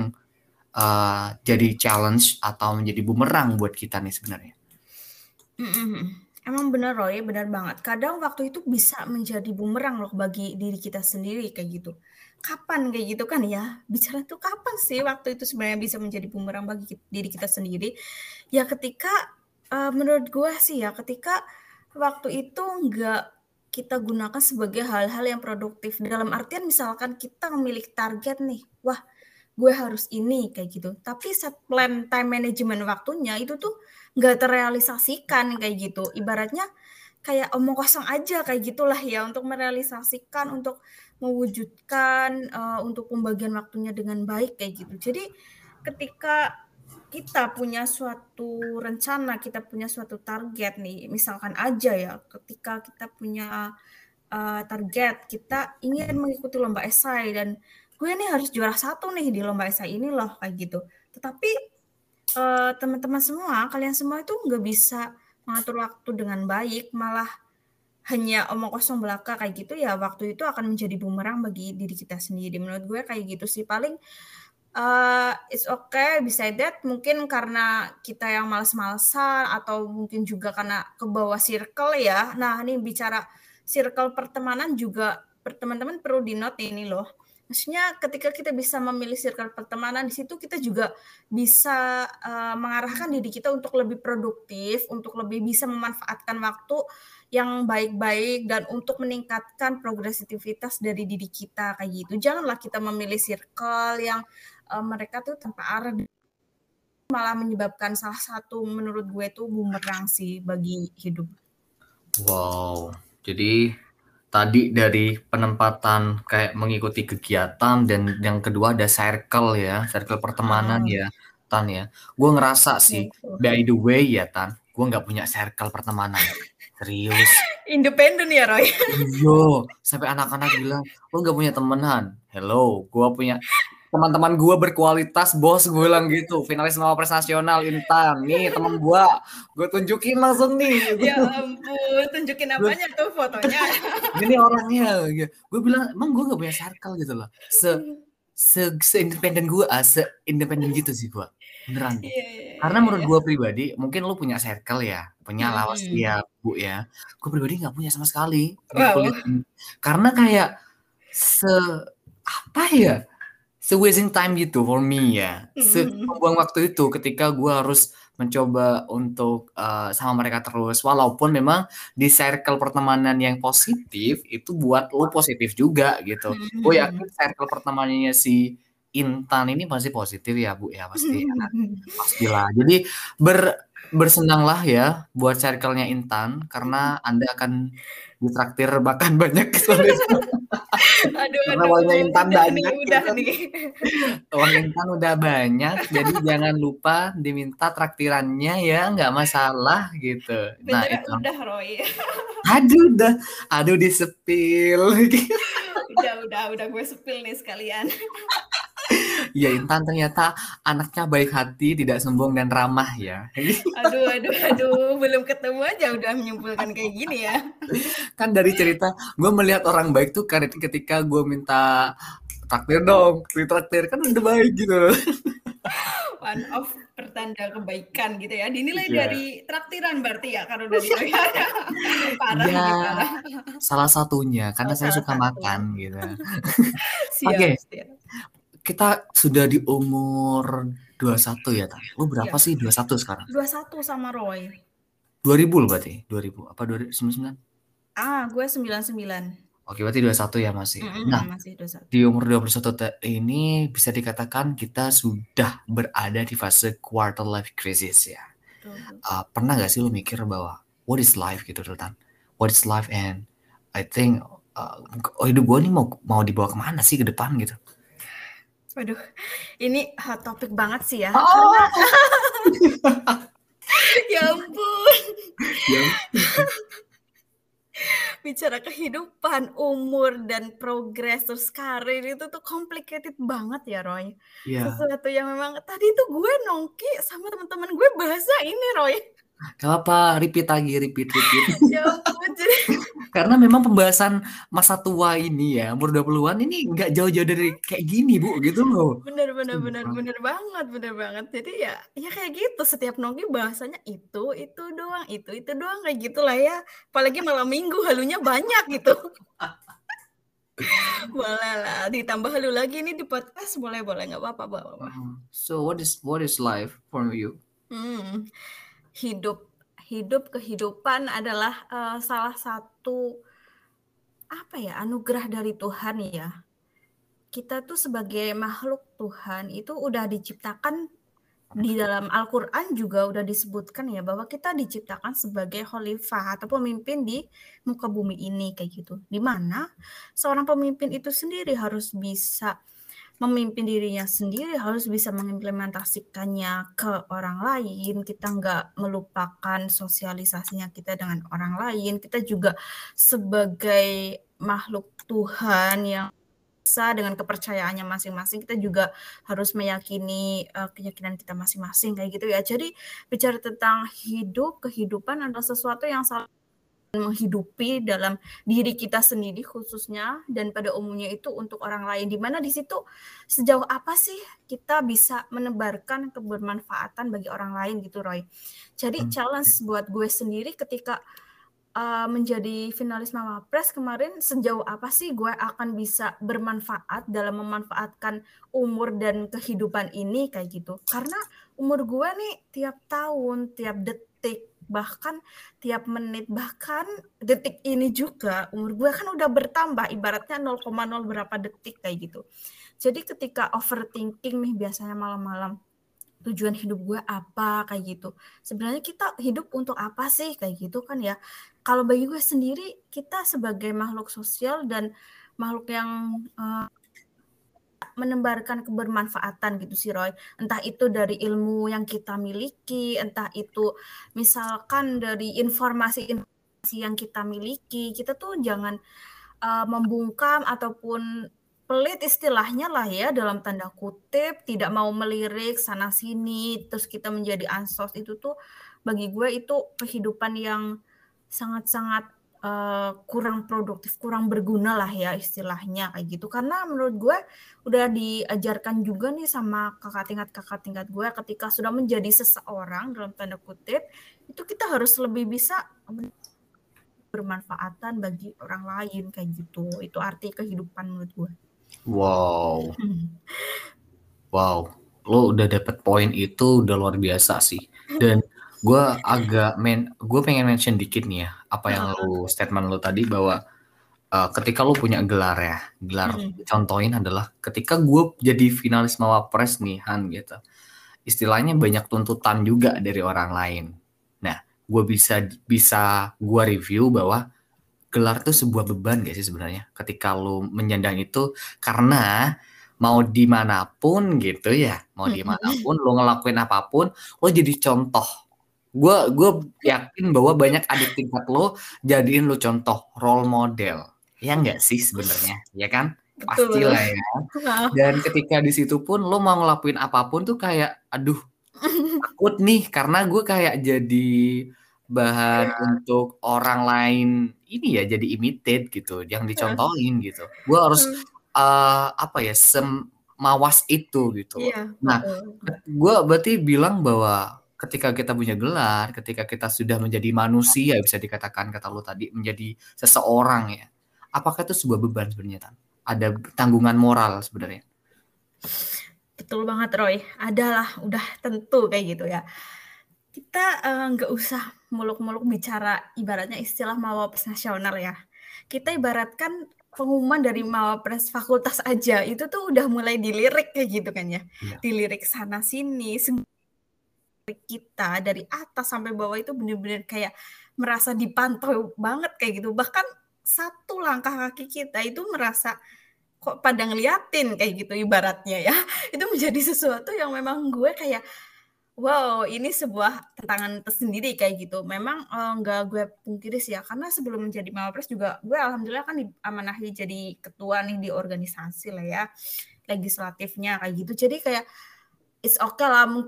[SPEAKER 1] uh, jadi challenge atau menjadi bumerang buat kita nih sebenarnya?
[SPEAKER 2] Mhm mhm. Emang bener Roy, bener banget. Kadang waktu itu bisa menjadi bumerang loh bagi diri kita sendiri kayak gitu. Kapan kayak gitu kan ya, bicara tuh kapan sih waktu itu sebenarnya bisa menjadi bumerang bagi kit diri kita sendiri, ya ketika, eee, menurut gue sih ya, ketika waktu itu nggak kita gunakan sebagai hal-hal yang produktif. Dalam artian misalkan kita memiliki target nih, "Wah, gue harus ini," kayak gitu. Tapi set plan time management waktunya itu tuh nggak terrealisasikan kayak gitu. Ibaratnya kayak omong kosong aja kayak gitulah ya untuk merealisasikan, untuk mewujudkan, eee, untuk pembagian waktunya dengan baik kayak gitu. Jadi ketika kita punya suatu rencana, kita punya suatu target nih, misalkan aja ya, ketika kita punya, eee, target, kita ingin mengikuti lomba esai dan gue nih harus juara satu nih di lomba esai ini loh, kayak gitu. Tetapi, eee, teman-teman semua, kalian semua itu nggak bisa mengatur waktu dengan baik, malah hanya omong kosong belaka kayak gitu, ya waktu itu akan menjadi bumerang bagi diri kita sendiri. Menurut gue kayak gitu sih. Paling, eee, it's okay beside that mungkin karena kita yang males-malesan atau mungkin juga karena kebawa circle ya. Nah, ini bicara circle pertemanan juga per teman-teman perlu di-note ini loh. Maksudnya ketika kita bisa memilih circle pertemanan, di situ kita juga bisa, eee, mengarahkan diri kita untuk lebih produktif, untuk lebih bisa memanfaatkan waktu yang baik-baik dan untuk meningkatkan progresivitas dari diri kita, kayak gitu. Janganlah kita memilih circle yang, eee, mereka tuh tanpa arah malah menyebabkan salah satu menurut gue tuh bumerang sih bagi hidup.
[SPEAKER 1] Wow, jadi tadi dari penempatan kayak mengikuti kegiatan dan yang kedua ada circle ya, circle pertemanan
[SPEAKER 2] Heeh.
[SPEAKER 1] ya, Tan ya. Gue ngerasa sih,
[SPEAKER 2] Betul.
[SPEAKER 1] by the way ya Tan, gue nggak punya circle pertemanan. Serius.
[SPEAKER 2] Independen ya, Roy?
[SPEAKER 1] Iya, sampai anak-anak bilang, lo nggak punya temenan. Hello, gue punya teman-teman gue berkualitas, bos gue bilang gitu. Finalis Mawapres Nasional Intan, nih teman gue, gue tunjukin langsung nih.
[SPEAKER 2] Ya ampun, tunjukin
[SPEAKER 1] Gue-
[SPEAKER 2] apanya tuh fotonya?
[SPEAKER 1] Ini orangnya, gue bilang emang gue gak punya circle gitu loh, se se se independen gue, ah, se independen gitu sih gue, beneran deh.
[SPEAKER 2] Iya iya
[SPEAKER 1] Karena
[SPEAKER 2] iya
[SPEAKER 1] menurut
[SPEAKER 2] iya.
[SPEAKER 1] gue pribadi, mungkin lu punya circle ya, punya lah pasti
[SPEAKER 2] Mhm.
[SPEAKER 1] ya bu ya. Gue pribadi nggak punya sama sekali di
[SPEAKER 2] Wow.
[SPEAKER 1] kuliah ini, karena kayak se apa ya, se wasting time gitu for me ya, se
[SPEAKER 2] Mhm mhm.
[SPEAKER 1] membuang waktu itu ketika gue harus mencoba untuk uh, sama mereka terus, walaupun memang di circle pertemanan yang positif itu buat lo positif juga gitu.
[SPEAKER 2] Mhm
[SPEAKER 1] Gue
[SPEAKER 2] mhm.
[SPEAKER 1] yakin circle pertemanannya si Intan ini pasti positif ya Bu ya, pasti ya kan? Pastilah. Jadi ber bersenanglah ya buat circle-nya Intan karena Anda akan ditraktir bahkan banyak soalnya.
[SPEAKER 2] Aduh
[SPEAKER 1] Karena
[SPEAKER 2] aduh,
[SPEAKER 1] uangnya Intan
[SPEAKER 2] udah nih
[SPEAKER 1] banyak ya
[SPEAKER 2] udah
[SPEAKER 1] kan.
[SPEAKER 2] nih.
[SPEAKER 1] Uang Intan udah banyak, jadi jangan lupa diminta traktirannya ya, nggak masalah gitu. Nah
[SPEAKER 2] Benernya
[SPEAKER 1] itu,
[SPEAKER 2] udah, Roy.
[SPEAKER 1] aduh udah, aduh disepil.
[SPEAKER 2] Udah udah udah gue spill nih sekalian.
[SPEAKER 1] Ya Intan ternyata anaknya baik hati, tidak sombong dan ramah ya.
[SPEAKER 2] Aduh aduh aduh, belum ketemu aja udah menyimpulkan kayak gini ya.
[SPEAKER 1] Kan dari cerita, gue melihat orang baik tuh kan ketika gue minta traktir dong, ditraktir kan udah baik gitu.
[SPEAKER 2] One of pertanda kebaikan gitu ya. Dinilai
[SPEAKER 1] Iya.
[SPEAKER 2] dari traktiran berarti ya kalau dari Roy. Parah
[SPEAKER 1] Ya,
[SPEAKER 2] nih, parah.
[SPEAKER 1] salah satunya karena
[SPEAKER 2] Oh,
[SPEAKER 1] saya
[SPEAKER 2] salah
[SPEAKER 1] suka makan
[SPEAKER 2] satu.
[SPEAKER 1] gitu.
[SPEAKER 2] Siap
[SPEAKER 1] Oke,
[SPEAKER 2] siap.
[SPEAKER 1] kita sudah di umur dua puluh satu ya, Tan. Lu berapa
[SPEAKER 2] Iya,
[SPEAKER 1] sih dua puluh satu sekarang?
[SPEAKER 2] dua puluh satu sama Roy.
[SPEAKER 1] dua ribu loh berarti. dua ribu apa dua ribu sembilan puluh sembilan?
[SPEAKER 2] Ah, gue sembilan puluh sembilan.
[SPEAKER 1] Oke, berarti dua puluh satu ya masih ya.
[SPEAKER 2] Mhm
[SPEAKER 1] Nah,
[SPEAKER 2] mhm, masih dua puluh satu.
[SPEAKER 1] di umur dua puluh satu te- ini bisa dikatakan kita sudah berada di fase quarter life crisis ya.
[SPEAKER 2] Betul betul.
[SPEAKER 1] Uh, pernah gak sih lu mikir bahwa what is life gitu tuh, Tan? What is life and I think uh, oh hidup gue nih mau mau dibawa kemana sih ke depan gitu?
[SPEAKER 2] Waduh, ini hot topic banget sih ya, karena
[SPEAKER 1] Oh,
[SPEAKER 2] ya ampun,
[SPEAKER 1] ya,
[SPEAKER 2] bicara kehidupan, umur, dan progres, terus karir itu tuh complicated banget ya, Roy.
[SPEAKER 1] ya.
[SPEAKER 2] Sesuatu yang memang tadi tuh gue nongki sama teman-teman gue bahasa ini, Roy.
[SPEAKER 1] Gak apa, repeat lagi, repeat, repeat.
[SPEAKER 2] Ya ampun, jadi
[SPEAKER 1] Karena memang pembahasan masa tua ini ya, umur dua puluhan ini nggak jauh-jauh dari kayak gini, Bu, gitu loh.
[SPEAKER 2] bener bener bener
[SPEAKER 1] Sumpah.
[SPEAKER 2] bener banget bener banget. Jadi ya ya kayak gitu, setiap nongki bahasanya itu, itu doang, itu, itu doang, kayak gitulah ya. Apalagi malam minggu halunya banyak gitu. Boleh lah, ditambah halu lagi nih di podcast, boleh boleh, nggak apa-apa, nggak apa-apa.
[SPEAKER 1] Uh, So what is what is life for you?
[SPEAKER 2] Hmm, hidup hidup kehidupan adalah uh, salah satu apa ya anugerah dari Tuhan ya. Kita tuh sebagai makhluk Tuhan itu udah diciptakan di dalam Al-Quran juga udah disebutkan ya bahwa kita diciptakan sebagai khalifah atau pemimpin di muka bumi ini kayak gitu. Di mana seorang pemimpin itu sendiri harus bisa memimpin dirinya sendiri, harus bisa mengimplementasikannya ke orang lain. Kita nggak melupakan sosialisasinya kita dengan orang lain. Kita juga sebagai makhluk Tuhan yang dengan kepercayaannya masing-masing, kita juga harus meyakini uh, keyakinan kita masing-masing kayak gitu ya. Jadi bicara tentang hidup, kehidupan adalah sesuatu yang saling menghidupi dalam diri kita sendiri khususnya dan pada umumnya itu untuk orang lain. Di mana di situ sejauh apa sih kita bisa menebarkan kebermanfaatan bagi orang lain gitu, Roy. Jadi
[SPEAKER 1] Hmm.
[SPEAKER 2] challenge buat gue sendiri ketika Uh, menjadi finalis Mawapres kemarin, sejauh apa sih gue akan bisa bermanfaat dalam memanfaatkan umur dan kehidupan ini kayak gitu. Karena umur gue nih tiap tahun, tiap detik, bahkan tiap menit, bahkan detik ini juga umur gue kan udah bertambah, ibaratnya nol koma nol berapa detik kayak gitu. Jadi ketika overthinking nih biasanya malam-malam, tujuan hidup gue apa kayak gitu. Sebenarnya kita hidup untuk apa sih kayak gitu kan ya. Kalau bagi gue sendiri, kita sebagai makhluk sosial dan makhluk yang uh, menebarkan kebermanfaatan gitu sih Roy. Entah itu dari ilmu yang kita miliki, entah itu misalkan dari informasi-informasi yang kita miliki, kita tuh jangan uh, membungkam ataupun pelit istilahnya lah ya dalam tanda kutip, tidak mau melirik sana sini terus kita menjadi ansos, itu tuh bagi gue itu kehidupan yang sangat-sangat uh, kurang produktif, kurang berguna lah ya istilahnya kayak gitu. Karena menurut gue udah diajarkan juga nih sama kakak tingkat kakak tingkat gue, ketika sudah menjadi seseorang dalam tanda kutip itu kita harus lebih bisa bermanfaatan bagi orang lain kayak gitu. Itu arti kehidupan menurut gue.
[SPEAKER 1] Wow,
[SPEAKER 2] Hmm.
[SPEAKER 1] wow, lo udah dapet poin itu udah luar biasa sih. Dan gue agak men, gue pengen mention dikit nih ya, apa yang lo statement lo tadi bahwa uh, ketika lo punya gelar ya, gelar
[SPEAKER 2] Hmm.
[SPEAKER 1] contohin adalah ketika gue jadi finalis Mawapres nih Han gitu. Istilahnya banyak tuntutan juga dari orang lain. Nah, gue bisa bisa gue review bahwa gelar itu sebuah beban gak sih sebenarnya ketika lo menyandang itu, karena mau dimanapun gitu ya, mau dimanapun lo ngelakuin apapun, lo jadi contoh. Gue gue yakin bahwa banyak adik tingkat lo jadiin lo contoh, role model. Ya nggak sih sebenarnya, ya kan?
[SPEAKER 2] Betul.
[SPEAKER 1] Pastilah ya. Dan ketika di situ pun lo mau ngelakuin apapun tuh kayak, aduh, takut nih karena gue kayak jadi bahan untuk orang lain ini ya, jadi imitate gitu, yang dicontohin gitu. Gue harus uh, apa ya, semawas itu gitu loh.
[SPEAKER 2] Iya,
[SPEAKER 1] Nah,
[SPEAKER 2] betul.
[SPEAKER 1] gue berarti bilang bahwa ketika kita punya gelar, ketika kita sudah menjadi manusia, bisa dikatakan kata lo tadi, menjadi seseorang ya, apakah itu sebuah beban sebenarnya, Tan? Ada tanggungan moral sebenarnya?
[SPEAKER 2] Betul banget Roy. Adalah udah tentu kayak gitu ya. Kita nggak uh, usah muluk-muluk bicara ibaratnya istilah Mawapres nasional ya. Kita ibaratkan pengumuman dari Mawapres fakultas aja itu tuh udah mulai dilirik kayak gitu kan ya.
[SPEAKER 1] Iya.
[SPEAKER 2] Dilirik sana sini, kita dari atas sampai bawah itu benar-benar kayak merasa dipantau banget kayak gitu. Bahkan satu langkah kaki kita itu merasa kok pada ngeliatin kayak gitu ibaratnya ya. Itu menjadi sesuatu yang memang gue kayak wow, ini sebuah tantangan tersendiri kayak gitu. Memang uh, nggak gue pungkiri sih ya, karena sebelum menjadi Mawapres juga gue alhamdulillah kan diamanahi jadi ketua nih di organisasi lah ya, legislatifnya kayak gitu. Jadi kayak it's okay lah, mungkin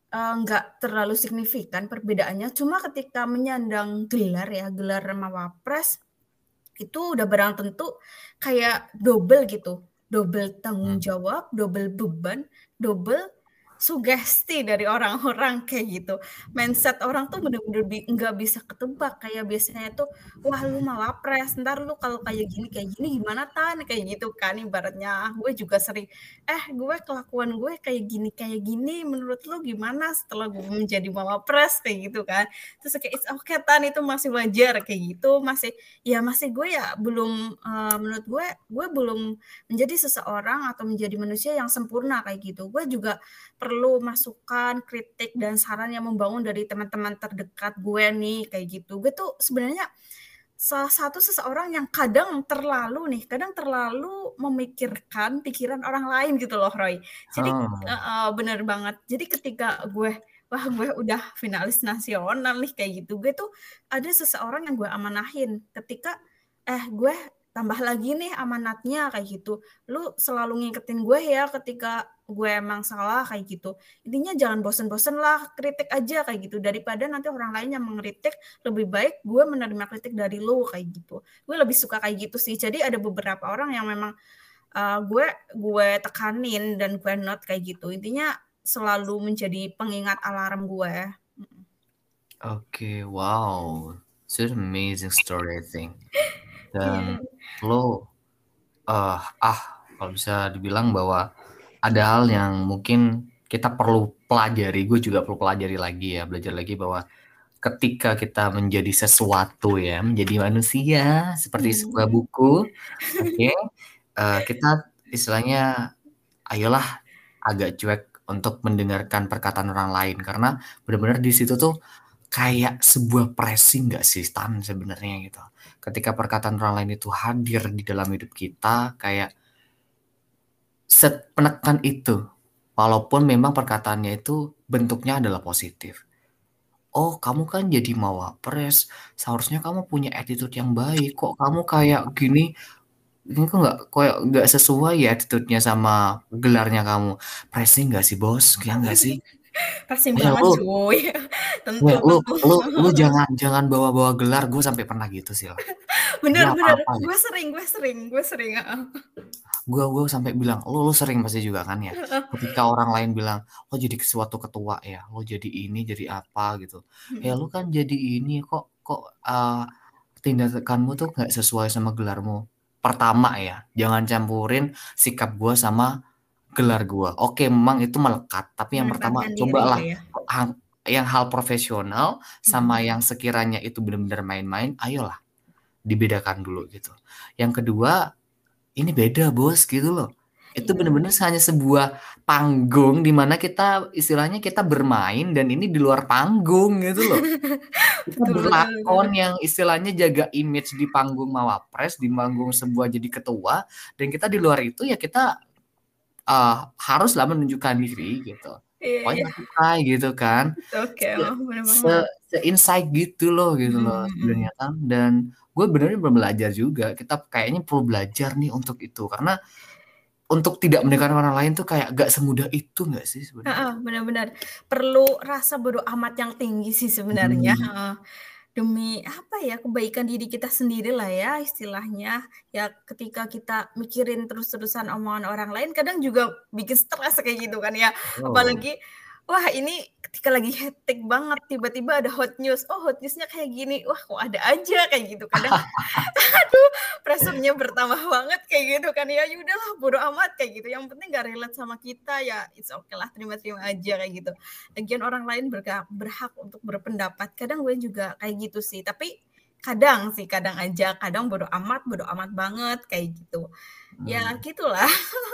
[SPEAKER 2] Eee, nggak terlalu signifikan perbedaannya, cuma ketika menyandang gelar ya, gelar Mawapres, itu udah barang tentu kayak double gitu, double tanggung
[SPEAKER 1] Hmm.
[SPEAKER 2] jawab, double beban, double sugesti dari orang-orang kayak gitu. Mindset orang tuh bener-bener bi nggak bisa ketebak, kayak biasanya tuh, "Wah lu Mawapres, entar lu kalau kayak gini kayak gini gimana Tan?" Kayak gitu kan ibaratnya. Gue juga sering, "Eh gue kelakuan gue kayak gini kayak gini, menurut lu gimana setelah gue menjadi Mawapres?" Kayak gitu kan. Terus kayak, "It's okay Tan, itu masih wajar," kayak gitu, masih ya masih gue ya belum, eee, menurut gue, gue belum menjadi seseorang atau menjadi manusia yang sempurna kayak gitu. Gue juga perlu masukan, kritik, dan saran yang membangun dari teman-teman terdekat gue nih, kayak gitu. Gue tuh sebenarnya salah satu seseorang yang kadang terlalu nih, kadang terlalu memikirkan pikiran orang lain gitu loh, Roy. Jadi
[SPEAKER 1] Oh.
[SPEAKER 2] heeh, bener banget. Jadi ketika gue, wah gue udah finalis nasional nih kayak gitu, gue tuh ada seseorang yang gue amanahin ketika, "Eh gue tambah lagi nih amanatnya," kayak gitu. "Lu selalu ngingetin gue ya ketika gue emang salah," kayak gitu. "Intinya jangan bosen-bosen lah, kritik aja," kayak gitu. "Daripada nanti orang lain yang mengkritik, lebih baik gue menerima kritik dari lu," kayak gitu. Gue lebih suka kayak gitu sih. Jadi ada beberapa orang yang memang, eee, gue gue tekanin dan gue note kayak gitu. Intinya selalu menjadi pengingat alarm gue. Mhm.
[SPEAKER 1] Oke, wow, such amazing story I think. Dan
[SPEAKER 2] Iya.
[SPEAKER 1] lo, eee, ah, kalau bisa dibilang bahwa ada hal yang mungkin kita perlu pelajari, gue juga perlu pelajari lagi ya, belajar lagi bahwa ketika kita menjadi sesuatu ya, menjadi manusia seperti sebuah
[SPEAKER 2] Mmm.
[SPEAKER 1] buku, oke, eee, kita istilahnya ayolah agak cuek untuk mendengarkan perkataan orang lain karena bener-bener di situ tuh kayak sebuah pressing nggak sih Tan sebenarnya gitu. Ketika perkataan orang lain itu hadir di dalam hidup kita kayak set penekan itu, walaupun memang perkataannya itu bentuknya adalah positif. "Oh kamu kan jadi Mawapres, seharusnya kamu punya attitude yang baik, kok kamu kayak gini, ini kok nggak kayak nggak sesuai ya attitude-nya sama gelarnya kamu." Pressing nggak sih Bos? Ya nggak sih?
[SPEAKER 2] Pressing
[SPEAKER 1] "Eh
[SPEAKER 2] banget
[SPEAKER 1] lu
[SPEAKER 2] cuy. Tentu
[SPEAKER 1] ya lu
[SPEAKER 2] tentu.
[SPEAKER 1] lu lu jangan jangan bawa-bawa gelar," gue sampai pernah gitu sih lah. Jadi
[SPEAKER 2] Bener bener,
[SPEAKER 1] apa-apa ya
[SPEAKER 2] gue sering gue sering gue sering, heeh.
[SPEAKER 1] Gua gua sampai bilang, "Lu lu sering pasti juga kan ya,
[SPEAKER 2] Heeh.
[SPEAKER 1] ketika orang lain bilang, 'Lo jadi suatu ketua ya, lo jadi ini, jadi apa,' gitu. Ya
[SPEAKER 2] Mhm.
[SPEAKER 1] lu kan jadi ini kok kok, eee, tindakanmu tuh nggak sesuai sama gelarmu." Pertama ya, jangan campurin sikap gua sama gelar gua. Oke memang itu melekat, tapi yang pertama
[SPEAKER 2] Menempatkan diri
[SPEAKER 1] cobalah
[SPEAKER 2] gitu ya?
[SPEAKER 1] hang yang hal profesional sama
[SPEAKER 2] Mhm.
[SPEAKER 1] yang sekiranya itu bener-bener main-main, ayolah dibedakan dulu gitu. Yang kedua, ini beda Bos, gitu loh. Itu
[SPEAKER 2] Iya.
[SPEAKER 1] bener-bener hanya sebuah panggung di mana kita istilahnya kita bermain dan ini di luar panggung gitu loh. Kita
[SPEAKER 2] Betul betul
[SPEAKER 1] berlakon
[SPEAKER 2] betul.
[SPEAKER 1] yang istilahnya jaga image di panggung Mawapres, di panggung sebuah jadi ketua, dan kita di luar itu ya kita, eee, haruslah menunjukkan diri gitu.
[SPEAKER 2] Iya
[SPEAKER 1] Why
[SPEAKER 2] iya.
[SPEAKER 1] not to try gitu kan.
[SPEAKER 2] It's okay,
[SPEAKER 1] Se
[SPEAKER 2] heeh, bener
[SPEAKER 1] se
[SPEAKER 2] banget.
[SPEAKER 1] se-insight gitu loh gitu loh
[SPEAKER 2] Mhm
[SPEAKER 1] sebenarnya
[SPEAKER 2] mhm.
[SPEAKER 1] kan, dan gue benernya belum belajar juga, kita kayaknya perlu belajar nih untuk itu, karena untuk tidak mendengarkan orang lain tuh kayak nggak semudah itu nggak sih sebenarnya?
[SPEAKER 2] Heeh, bener bener. Perlu rasa bodo amat yang tinggi sih sebenarnya,
[SPEAKER 1] Mhm.
[SPEAKER 2] heeh. Demi apa ya, kebaikan diri kita sendirilah ya istilahnya. Ya ketika kita mikirin terus-terusan omongan orang lain kadang juga bikin stres kayak gitu kan ya.
[SPEAKER 1] Oh.
[SPEAKER 2] Apalagi, wah ini ketika lagi hectic banget tiba-tiba ada hot news, "Oh hot news-nya kayak gini." Wah kok ada aja kayak gitu. Kadang aduh pressure-nya bertambah banget kayak gitu kan ya. Ya udahlah bodo amat kayak gitu, yang penting nggak relate sama kita ya it's okay lah, terima-terima aja kayak gitu. Lagian orang lain berga berhak untuk berpendapat, kadang gue juga kayak gitu sih. Tapi kadang sih, kadang aja, kadang bodo amat, bodo amat banget kayak gitu. Ya
[SPEAKER 1] Mmm.
[SPEAKER 2] gitulah.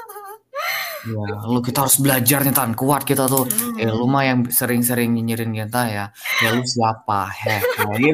[SPEAKER 1] Iya, lu kita
[SPEAKER 2] Begitu.
[SPEAKER 1] harus belajar nih Tan, kuat kita tuh. "Eh lu
[SPEAKER 2] Mhm.
[SPEAKER 1] mah yang sering-sering nyinyirin kita ya, eh lu siapa? Heh," nah gitu.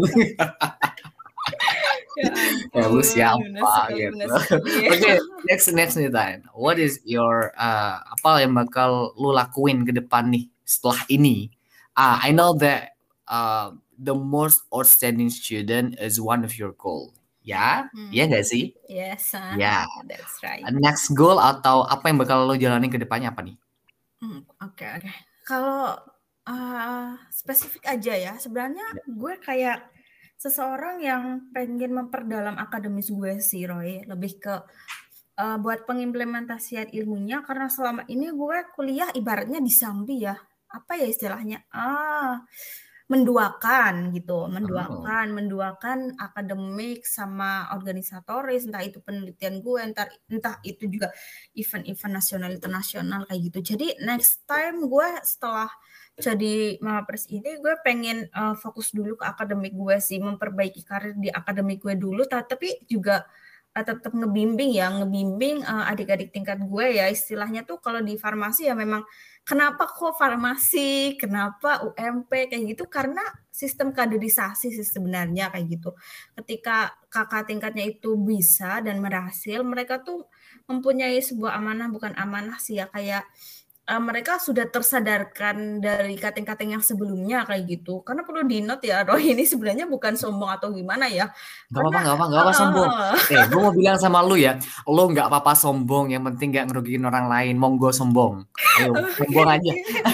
[SPEAKER 2] Ya
[SPEAKER 1] "Eh lu
[SPEAKER 2] ampun, bener
[SPEAKER 1] siapa?"
[SPEAKER 2] sekali
[SPEAKER 1] Gitu.
[SPEAKER 2] bener sekali.
[SPEAKER 1] Oke, next next nih Tan, what is your, eee, apa yang bakal lu lakuin ke depan nih setelah ini? Ah, I know that, eee, the most outstanding student is one of your goal. Ya? Iya
[SPEAKER 2] Mhm.
[SPEAKER 1] nggak sih?
[SPEAKER 2] Yes, heeh,
[SPEAKER 1] Ya.
[SPEAKER 2] that's right.
[SPEAKER 1] Next goal atau apa yang bakal lu jalanin ke depannya apa nih?
[SPEAKER 2] Mmm, oke oke. Kalau Eee, spesifik aja ya, sebenarnya
[SPEAKER 1] Iya.
[SPEAKER 2] gue kayak seseorang yang pengen memperdalam akademis gue sih, Roy. Lebih ke, eee, buat pengimplementasian ilmunya karena selama ini gue kuliah ibaratnya disambi ya, apa ya istilahnya, ah, menduakan gitu,
[SPEAKER 1] Oh.
[SPEAKER 2] menduakan menduakan akademik sama organisatoris, entah itu penelitian gue, entar entah itu juga event-event nasional, internasional kayak gitu. Jadi next time gue setelah jadi Mawapres ini gue pengen, eee, fokus dulu ke akademik gue sih, memperbaiki karir di akademik gue dulu, ta tapi juga, eee, tetap ngebimbing ya, ngebimbing, eee, adik-adik tingkat gue ya, istilahnya tuh kalau di farmasi ya memang, kenapa kok farmasi, kenapa U M P, kayak gitu, karena sistem kaderisasi sih sebenarnya kayak gitu. Ketika kakak tingkatnya itu bisa dan berhasil, mereka tuh mempunyai sebuah amanah bukan amanah sih ya, kayak, eee, mereka sudah tersadarkan dari kating-kating yang sebelumnya kayak gitu. Karena perlu di-note ya, Roy, ini sebenarnya bukan sombong atau gimana ya,
[SPEAKER 1] Nggak apa-apa
[SPEAKER 2] karena
[SPEAKER 1] nggak apa nggak apa
[SPEAKER 2] heeh
[SPEAKER 1] sombong.
[SPEAKER 2] heeh.
[SPEAKER 1] Eh, gue mau bilang sama lu ya, lu nggak apa-apa sombong, yang penting nggak ngerugiin orang lain, monggo sombong. Ayo, sombong
[SPEAKER 2] Oke.
[SPEAKER 1] aja.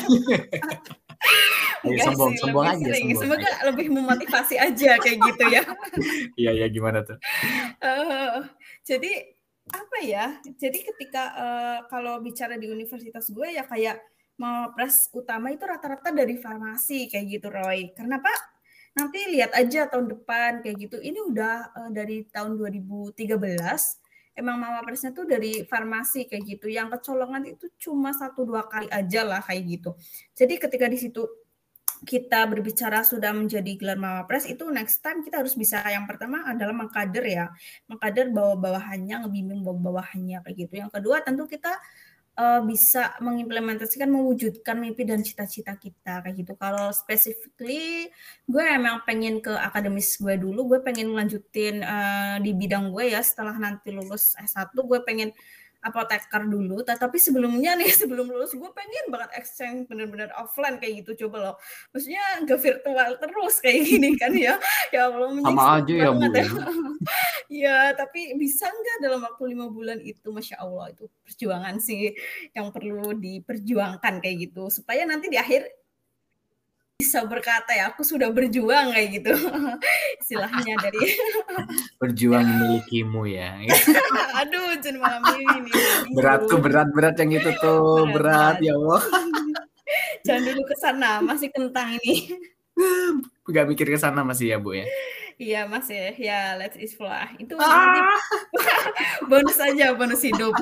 [SPEAKER 1] Ayo
[SPEAKER 2] Enggak
[SPEAKER 1] sombong,
[SPEAKER 2] sih,
[SPEAKER 1] sombong
[SPEAKER 2] lebih
[SPEAKER 1] aja,
[SPEAKER 2] sering,
[SPEAKER 1] sombong,
[SPEAKER 2] semoga
[SPEAKER 1] ayo.
[SPEAKER 2] lebih memotivasi aja kayak gitu ya.
[SPEAKER 1] Iya iya, gimana tuh?
[SPEAKER 2] Heeh heeh. Jadi, apa ya, jadi ketika, eee, kalau bicara di universitas gue ya kayak Mawapres utama itu rata-rata dari farmasi kayak gitu, Roy. Kenapa? Nanti lihat aja tahun depan kayak gitu, ini udah, eee, dari tahun dua ribu tiga belas emang Mawapresnya tuh dari farmasi kayak gitu, yang kecolongan itu cuma satu, dua kali aja lah kayak gitu. Jadi ketika di situ kita berbicara sudah menjadi gelar Mawapres, itu next time kita harus bisa yang pertama adalah mengkader ya, mengkader bawah-bawahannya, ngebimbing bawah-bawahannya kayak gitu. Yang kedua tentu kita, eee, bisa mengimplementasikan, mewujudkan mimpi dan cita-cita kita kayak gitu. Kalau specifically gue emang pengen ke akademis gue dulu, gue pengen ngelanjutin, eee, di bidang gue ya setelah nanti lulus S satu gue pengen apoteker dulu, tetapi sebelumnya nih, sebelum lulus gue pengen banget exchange bener-bener offline kayak gitu, coba loh. Maksudnya nggak virtual terus kayak gini kan ya, ya Allah
[SPEAKER 1] Sama
[SPEAKER 2] menyiksa
[SPEAKER 1] aja ya,
[SPEAKER 2] banget
[SPEAKER 1] Bu,
[SPEAKER 2] ya.
[SPEAKER 1] ya.
[SPEAKER 2] Iya, tapi bisa nggak dalam waktu lima bulan itu, Masya Allah, itu perjuangan sih yang perlu diperjuangkan kayak gitu, supaya nanti di akhir bisa berkata ya, "Aku sudah berjuang," kayak gitu, istilahnya dari
[SPEAKER 1] Berjuang memilikimu ya.
[SPEAKER 2] aduh, jangan malam ini nih,
[SPEAKER 1] Beratku
[SPEAKER 2] aduh.
[SPEAKER 1] berat berat yang itu tuh,
[SPEAKER 2] Berat
[SPEAKER 1] berat,
[SPEAKER 2] berat.
[SPEAKER 1] ya Allah.
[SPEAKER 2] Jangan dulu ke sana, masih kentang ini.
[SPEAKER 1] Nggak mikir ke sana masih ya, Bu, ya?
[SPEAKER 2] Iya, masih ya let it flow lah. Itu nanti
[SPEAKER 1] Ah.
[SPEAKER 2] bonus aja, bonus hidup.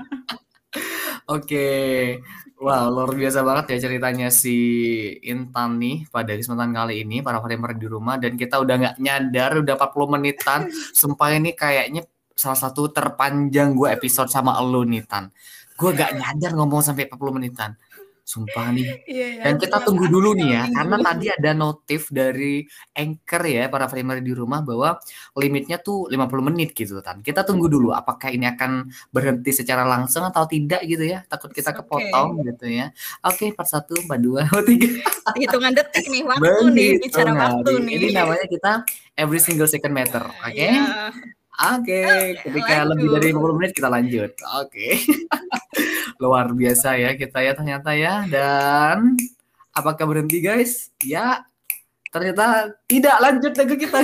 [SPEAKER 1] Oke. Wow, luar biasa banget ya ceritanya si Intan nih pada kesempatan kali ini, para framer di rumah, dan kita udah nggak nyadar udah empat puluh menitan. Sumpah ini kayaknya salah satu terpanjang gue episode sama elu nih, Tan. Gue gak nyadar ngomong sampai empat puluh menitan. Sumpah nih.
[SPEAKER 2] Iya ya,
[SPEAKER 1] Dan kita
[SPEAKER 2] terima
[SPEAKER 1] tunggu
[SPEAKER 2] kasih
[SPEAKER 1] dulu nih
[SPEAKER 2] Kak
[SPEAKER 1] ya,
[SPEAKER 2] Minggu.
[SPEAKER 1] karena tadi ada notif dari Anchor ya, para framer di rumah, bahwa limitnya tuh lima puluh menit gitu, Tan. Kita tunggu dulu apakah ini akan berhenti secara langsung atau tidak gitu ya. Takut kita
[SPEAKER 2] Oke.
[SPEAKER 1] kepotong gitu ya. Oke, empat satu, empat dua, empat tiga.
[SPEAKER 2] Hitungan detik nih, waktu nih, bicara
[SPEAKER 1] Berhitung
[SPEAKER 2] waktu
[SPEAKER 1] hari.
[SPEAKER 2] nih.
[SPEAKER 1] Ini namanya kita every single second matter,
[SPEAKER 2] Eee,
[SPEAKER 1] oke?
[SPEAKER 2] iya.
[SPEAKER 1] Oke,
[SPEAKER 2] Oke,
[SPEAKER 1] ketika lebih dari
[SPEAKER 2] lanjut.
[SPEAKER 1] lima puluh menit kita lanjut. Oke. Luar biasa ya kita ya ternyata ya. Dan apakah berhenti, guys? Ya, ternyata tidak, lanjut lagi kita.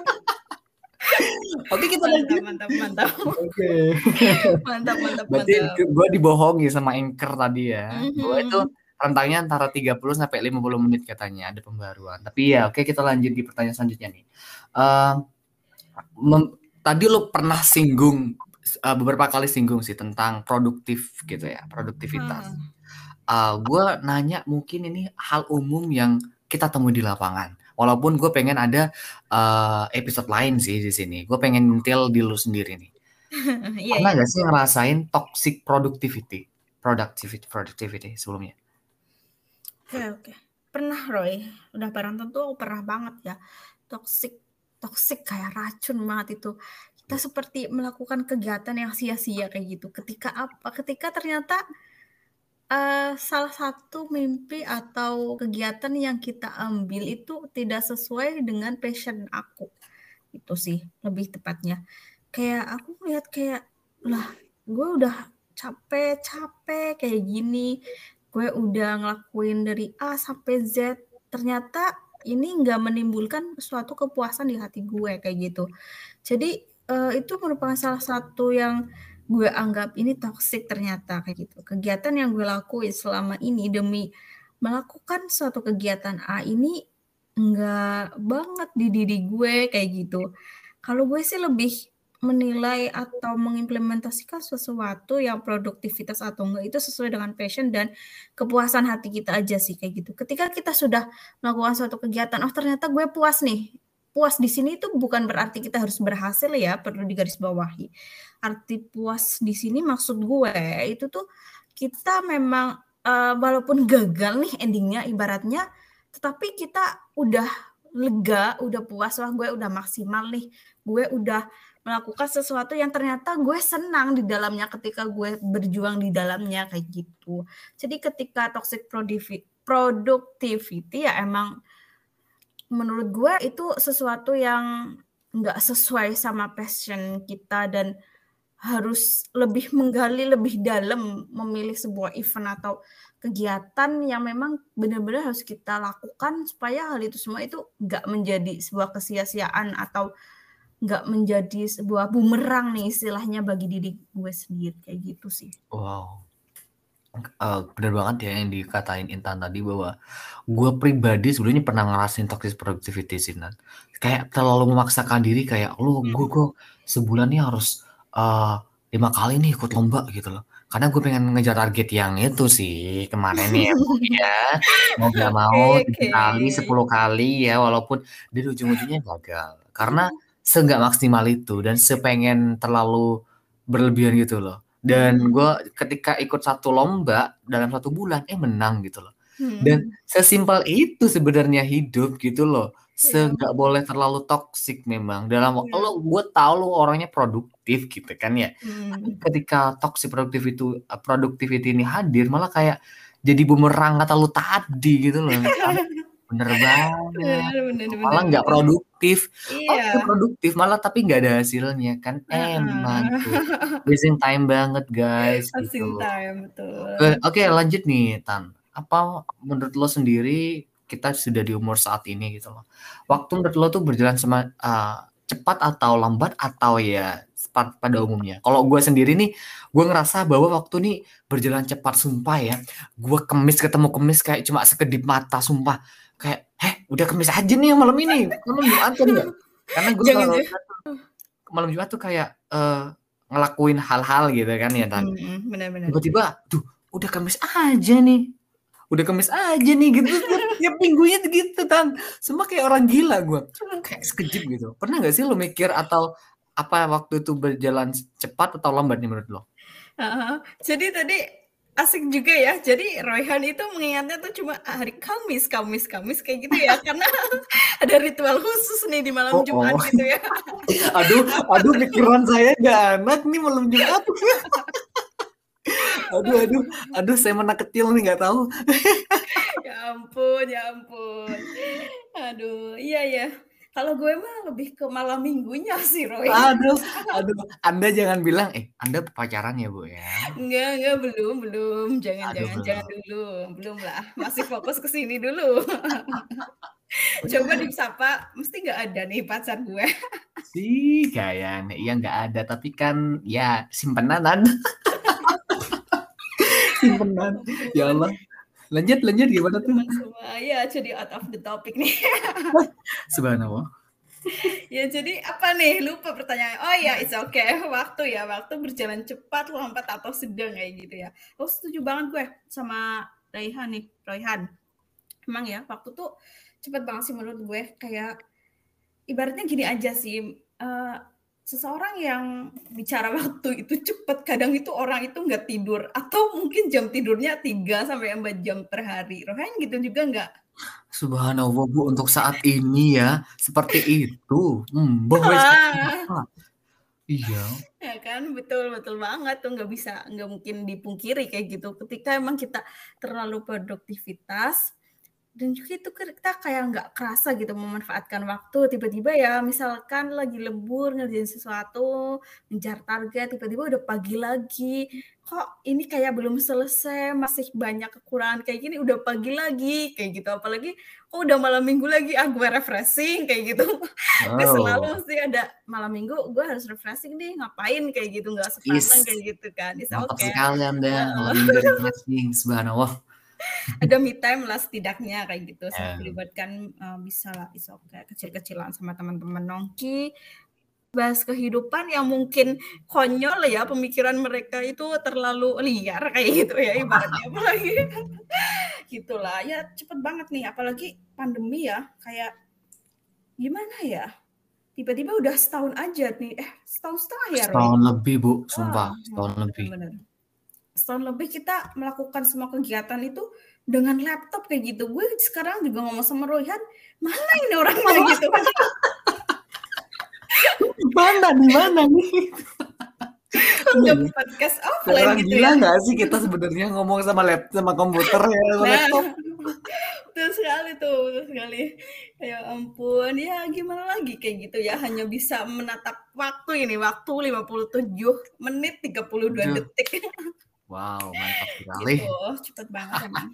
[SPEAKER 1] Oke, kita
[SPEAKER 2] Mantap
[SPEAKER 1] lanjut.
[SPEAKER 2] mantap mantap.
[SPEAKER 1] Oke.
[SPEAKER 2] Mantap mantap
[SPEAKER 1] Berarti
[SPEAKER 2] mantap.
[SPEAKER 1] gue dibohongi sama Anchor tadi ya, bahwa itu
[SPEAKER 2] Mhm.
[SPEAKER 1] rentangnya antara tiga puluh sampai lima puluh menit katanya ada pembaruan. Tapi ya oke, kita lanjut di pertanyaan selanjutnya nih. Uh, mem- tadi lo pernah singgung uh, beberapa kali singgung sih tentang produktif gitu ya, produktivitas.
[SPEAKER 2] Hmm.
[SPEAKER 1] Uh, gue nanya mungkin ini hal umum yang kita temui di lapangan. Walaupun gue pengen ada uh, episode lain sih di sini. Gue pengen nyentil di lu sendiri nih.
[SPEAKER 2] Iya
[SPEAKER 1] Pernah
[SPEAKER 2] iya.
[SPEAKER 1] nggak sih ngerasain toxic productivity, productivity, productivity sebelumnya?
[SPEAKER 2] Oke oke. Pernah, Roy. Udah barang tentu aku pernah banget ya. Toxic toxic kayak racun banget itu. Kita
[SPEAKER 1] Ya.
[SPEAKER 2] seperti melakukan kegiatan yang sia-sia kayak gitu. Ketika apa? Ketika ternyata uh, salah satu mimpi atau kegiatan yang kita ambil itu tidak sesuai dengan passion aku. Itu sih lebih tepatnya. Kayak aku ngeliat kayak, lah gue udah capek-capek kayak gini, gue udah ngelakuin dari A sampai Z, ternyata ini nggak menimbulkan suatu kepuasan di hati gue, kayak gitu. Jadi, eee, itu merupakan salah satu yang gue anggap ini toxic ternyata, kayak gitu. Kegiatan yang gue lakuin selama ini demi melakukan suatu kegiatan A ini enggak banget di diri gue, kayak gitu. Kalau gue sih lebih menilai atau mengimplementasikan sesuatu yang produktivitas atau enggak itu sesuai dengan passion dan kepuasan hati kita aja sih, kayak gitu. Ketika kita sudah melakukan suatu kegiatan, "Oh ternyata gue puas nih." Puas di sini itu bukan berarti kita harus berhasil ya, perlu digarisbawahi. Arti puas di sini maksud gue, itu tuh kita memang, eee, walaupun gagal nih ending-nya ibaratnya, tetapi kita udah lega, udah puas, "Wah gue udah maksimal nih, gue udah melakukan sesuatu yang ternyata gue senang di dalamnya ketika gue berjuang di dalamnya," kayak gitu. Jadi ketika toxic prodivi productivity ya emang menurut gue itu sesuatu yang nggak sesuai sama passion kita dan harus lebih menggali lebih dalam memilih sebuah event atau kegiatan yang memang benar-benar harus kita lakukan supaya hal itu semua itu nggak menjadi sebuah kesia-siaan atau nggak menjadi sebuah bumerang nih istilahnya bagi diri gue sendiri, kayak gitu sih.
[SPEAKER 1] Wow. Eee, bener banget ya yang dikatain Intan tadi bahwa gue pribadi sebenarnya pernah ngerasain toxic productivity sih, Nan. Kayak terlalu memaksakan diri kayak, "Lu gue
[SPEAKER 2] Mhm.
[SPEAKER 1] gue sebulan nih harus, eee, lima kali nih ikut lomba," gitu loh. Karena gue pengen ngejar target yang itu sih kemarin nih emang ya, mau nggak mau
[SPEAKER 2] Oke
[SPEAKER 1] tujuh
[SPEAKER 2] oke.
[SPEAKER 1] kali, sepuluh kali ya walaupun dan ujung-ujungnya gagal. Karena se-nggak maksimal itu dan sepengen terlalu berlebihan gitu loh. Dan
[SPEAKER 2] Mhm.
[SPEAKER 1] gue ketika ikut satu lomba dalam satu bulan, eh menang gitu loh. Dan
[SPEAKER 2] Mhm.
[SPEAKER 1] sesimpel itu sebenarnya hidup gitu loh. Se
[SPEAKER 2] Ya
[SPEAKER 1] nggak
[SPEAKER 2] ampun.
[SPEAKER 1] boleh terlalu toxic memang dalam wa
[SPEAKER 2] Iya.
[SPEAKER 1] lo gue tahu lu orangnya produktif gitu kan ya. Tapi
[SPEAKER 2] Mhm.
[SPEAKER 1] ketika toxic productive itu eee, productivity ini hadir malah kayak jadi bumerang kata lu tadi gitu loh yang kayak bener banget
[SPEAKER 2] Bener
[SPEAKER 1] gitu,
[SPEAKER 2] bener
[SPEAKER 1] malah
[SPEAKER 2] bener
[SPEAKER 1] nggak
[SPEAKER 2] bener.
[SPEAKER 1] produktif.
[SPEAKER 2] Iya.
[SPEAKER 1] Oke produktif malah tapi nggak ada hasilnya kan emang
[SPEAKER 2] Heeh.
[SPEAKER 1] tuh. Wasting time banget guys
[SPEAKER 2] Passing
[SPEAKER 1] gitu.
[SPEAKER 2] time,
[SPEAKER 1] Oke
[SPEAKER 2] betul.
[SPEAKER 1] oke lanjut nih Tan, apa menurut lo sendiri kita sudah di umur saat ini gitu loh, waktu menurut lo tuh berjalan sema eee, cepat atau lambat atau ya spat pada umumnya? Kalau gue sendiri nih, gue ngerasa bahwa waktu nih berjalan cepat sumpah ya, gue Kamis ketemu Kamis kayak cuma sekedip mata sumpah, kayak, "Heh udah Kamis aja nih malam ini," malam Jumat tau nggak? Karena gue
[SPEAKER 2] Jangan
[SPEAKER 1] kalau
[SPEAKER 2] ja
[SPEAKER 1] Jumat tuh malam Jumat tuh kayak, eee, ngelakuin hal-hal gitu kan ya Tan.
[SPEAKER 2] Mhm mhm, bener bener.
[SPEAKER 1] Tiba-tiba, "Duh udah Kamis aja nih udah Kamis aja nih," gitu tiap tiap minggunya tuh gitu Tan, sumpah kayak orang gila gue, kayak sekejap gitu. Pernah nggak sih lu mikir atau apa waktu itu berjalan s cepat atau lambat nih menurut lo?
[SPEAKER 2] Heeh, jadi tadi asik juga ya, jadi Royhan itu mengingatnya tuh cuma hari Kamis Kamis Kamis kayak gitu ya, karena ada ritual khusus nih di malam
[SPEAKER 1] Oh
[SPEAKER 2] Jumat
[SPEAKER 1] oh,
[SPEAKER 2] gitu ya.
[SPEAKER 1] aduh aduh
[SPEAKER 2] Apa
[SPEAKER 1] pikiran saya nggak enak nih malam Jumat. Aduh aduh aduh saya mana kecil nih nggak tahu.
[SPEAKER 2] Ya ampun ya ampun. Aduh, iya ya, kalau gue mah lebih ke malam minggunya sih Roy.
[SPEAKER 1] Aduh aduh, Anda jangan bilang eh, Anda pacaran ya, Bu, ya?
[SPEAKER 2] Enggak enggak, belum belum, jangan
[SPEAKER 1] Aduh
[SPEAKER 2] jangan jangan
[SPEAKER 1] belum.
[SPEAKER 2] dulu, belumlah, masih fokus ke sini dulu. Coba disapa, mesti nggak ada nih pacar gue.
[SPEAKER 1] Sih, kayaknya iya nggak ada, tapi kan ya simpenan ada. Simpenan,
[SPEAKER 2] Ya
[SPEAKER 1] ya
[SPEAKER 2] ampun.
[SPEAKER 1] Allah. Lanjut lanjut gimana tuh?
[SPEAKER 2] Teman semua, ya jadi out of the topic nih.
[SPEAKER 1] Subhanallah.
[SPEAKER 2] Ya jadi apa nih? Lupa pertanyaannya. Oh ya, it's okay. Waktu ya, waktu berjalan cepat, lambat atau sedang kayak gitu ya. Oh setuju banget gue sama Raihan nih, Royhan. Emang ya, waktu tuh cepet banget sih menurut gue. Kayak ibaratnya gini aja sih, eee, seseorang yang bicara waktu itu cepet, kadang itu orang itu nggak tidur atau mungkin jam tidurnya tiga sampai empat jam per hari. Royhan gitu juga nggak?
[SPEAKER 1] Subhanallah, Bu, untuk saat ini ya, seperti itu. Embah wes
[SPEAKER 2] Ah.
[SPEAKER 1] iya.
[SPEAKER 2] Ya kan, betul betul banget tuh, nggak bisa nggak mungkin dipungkiri kayak gitu. Ketika emang kita terlalu produktivitas, Dan juga itu kan kita kayak nggak kerasa gitu memanfaatkan waktu, tiba-tiba ya misalkan lagi lembur ngerjain sesuatu, ngejar target, tiba-tiba udah pagi lagi, kok ini kayak belum selesai, masih banyak kekurangan kayak gini, udah pagi lagi, kayak gitu. Apalagi, kok udah malam minggu lagi, ah gue refreshing, kayak gitu. Gue
[SPEAKER 1] Oh.
[SPEAKER 2] selalu sih ada malam minggu, gue harus refreshing nih, ngapain kayak gitu, nggak
[SPEAKER 1] Is,
[SPEAKER 2] sepaneng kayak gitu kan, it's
[SPEAKER 1] mantap
[SPEAKER 2] okay.
[SPEAKER 1] sekali Anda,
[SPEAKER 2] Heeh.
[SPEAKER 1] malam minggu refreshing, subhanallah.
[SPEAKER 2] Ada me time lah setidaknya kayak gitu, saat
[SPEAKER 1] Mmm.
[SPEAKER 2] melibatkan, eee, bisalah it's okay, kecil-kecilan sama teman-teman nongki, bahas kehidupan yang mungkin konyol ya, pemikiran mereka itu terlalu liar kayak gitu ya ibaratnya, apalagi gitulah, ya cepet banget nih, apalagi pandemi ya, kayak gimana ya, tiba-tiba udah setahun aja nih, eh setahun setengah ya, Roy?
[SPEAKER 1] Setahun lebih, Bu,
[SPEAKER 2] Heeh
[SPEAKER 1] sumpah,
[SPEAKER 2] heeh,
[SPEAKER 1] setahun
[SPEAKER 2] bener
[SPEAKER 1] lebih.
[SPEAKER 2] bener. Setahun lebih kita melakukan semua kegiatan itu dengan laptop kayak gitu. Gue sekarang juga ngomong sama Roy, "Han, mana ini orangnya?" Gitu kan.
[SPEAKER 1] Mana di mana nih?
[SPEAKER 2] Kok
[SPEAKER 1] Iya
[SPEAKER 2] nggak
[SPEAKER 1] ya.
[SPEAKER 2] podcast
[SPEAKER 1] Kayak
[SPEAKER 2] offline
[SPEAKER 1] orang
[SPEAKER 2] gitu
[SPEAKER 1] gila
[SPEAKER 2] ya?
[SPEAKER 1] nggak sih kita sebenarnya ngomong sama lap sama komputer ya, sama
[SPEAKER 2] Nah,
[SPEAKER 1] laptop?
[SPEAKER 2] betul sekali tuh, betul sekali. Ya ampun, ya gimana lagi kayak gitu ya, hanya bisa menatap waktu ini, waktu lima puluh tujuh menit tiga puluh dua
[SPEAKER 1] Aduh.
[SPEAKER 2] detik.
[SPEAKER 1] Wow, mantap
[SPEAKER 2] Gitu,
[SPEAKER 1] sekali.
[SPEAKER 2] cepet banget emang.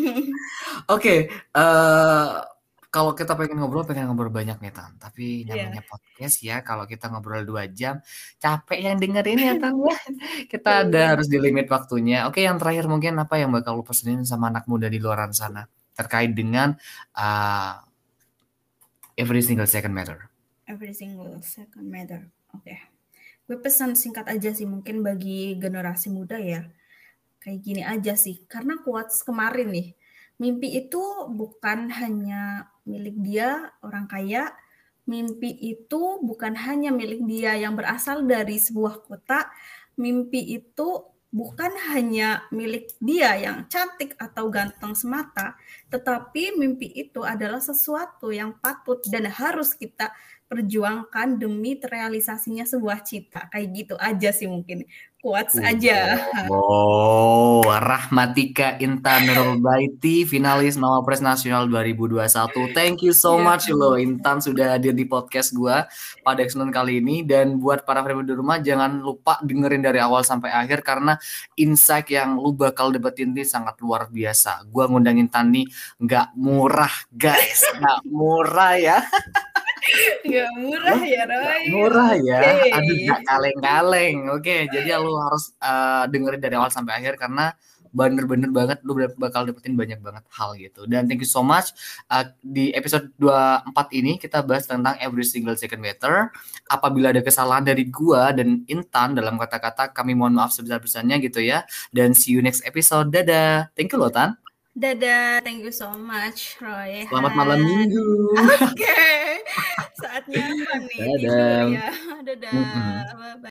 [SPEAKER 1] Oke, eee, kalau kita pengen ngobrol, pengen ngobrol banyak nih, Tan, tapi
[SPEAKER 2] Iya.
[SPEAKER 1] namanya podcast ya, kalau kita ngobrol dua jam, capek yang dengerin ya, Tan, ya. Kita ada
[SPEAKER 2] Betul.
[SPEAKER 1] harus di limit waktunya. Oke, yang terakhir mungkin apa yang bakal lu pesenin sama anak muda di luaran sana, terkait dengan, eee, every single second matter?
[SPEAKER 2] Every single second matter, oke. Gue pesan singkat aja sih mungkin bagi generasi muda ya, kayak gini aja sih, karena quotes kemarin nih, mimpi itu bukan hanya milik dia, orang kaya, mimpi itu bukan hanya milik dia yang berasal dari sebuah kota, mimpi itu bukan hanya milik dia yang cantik atau ganteng semata, tetapi mimpi itu adalah sesuatu yang patut dan harus kita perjuangkan demi terrealisasinya sebuah cita, kayak gitu aja sih mungkin, quotes aja.
[SPEAKER 1] Oh, Rahmatika Intan Nurulbaiti, finalis Mawapres Nasional dua ribu dua puluh satu. Thank you so
[SPEAKER 2] Iya.
[SPEAKER 1] much loh Intan sudah hadir di podcast gua pada kesempatan kali ini, dan buat para friend di rumah jangan lupa dengerin dari awal sampai akhir karena insight yang lu bakal dapetin ini sangat luar biasa. Gua ngundang Intan nih nggak murah guys, nggak murah ya.
[SPEAKER 2] Nggak murah ya,
[SPEAKER 1] Nggak
[SPEAKER 2] Roy,
[SPEAKER 1] murah ya,
[SPEAKER 2] oke.
[SPEAKER 1] aduh nggak kaleng-kaleng. Oke, jadi lu harus uh, dengerin dari awal sampai akhir karena bener-bener banget lu bakal dapetin banyak banget hal gitu. Dan thank you so much. Uh, di episode dua puluh empat ini kita bahas tentang every single second matter. Apabila ada kesalahan dari gua dan Intan dalam kata-kata, kami mohon maaf sebesar-besarnya gitu ya. Dan see you next episode. Dadah. Thank you loh, Tan.
[SPEAKER 2] Dadah, thank you so much, Roy,
[SPEAKER 1] Selamat malam
[SPEAKER 2] Han.
[SPEAKER 1] minggu.
[SPEAKER 2] Oke, saatnya apa nih, tidur
[SPEAKER 1] Dadah.
[SPEAKER 2] ya. Dadah,
[SPEAKER 1] Mm-mm.
[SPEAKER 2] bye-bye.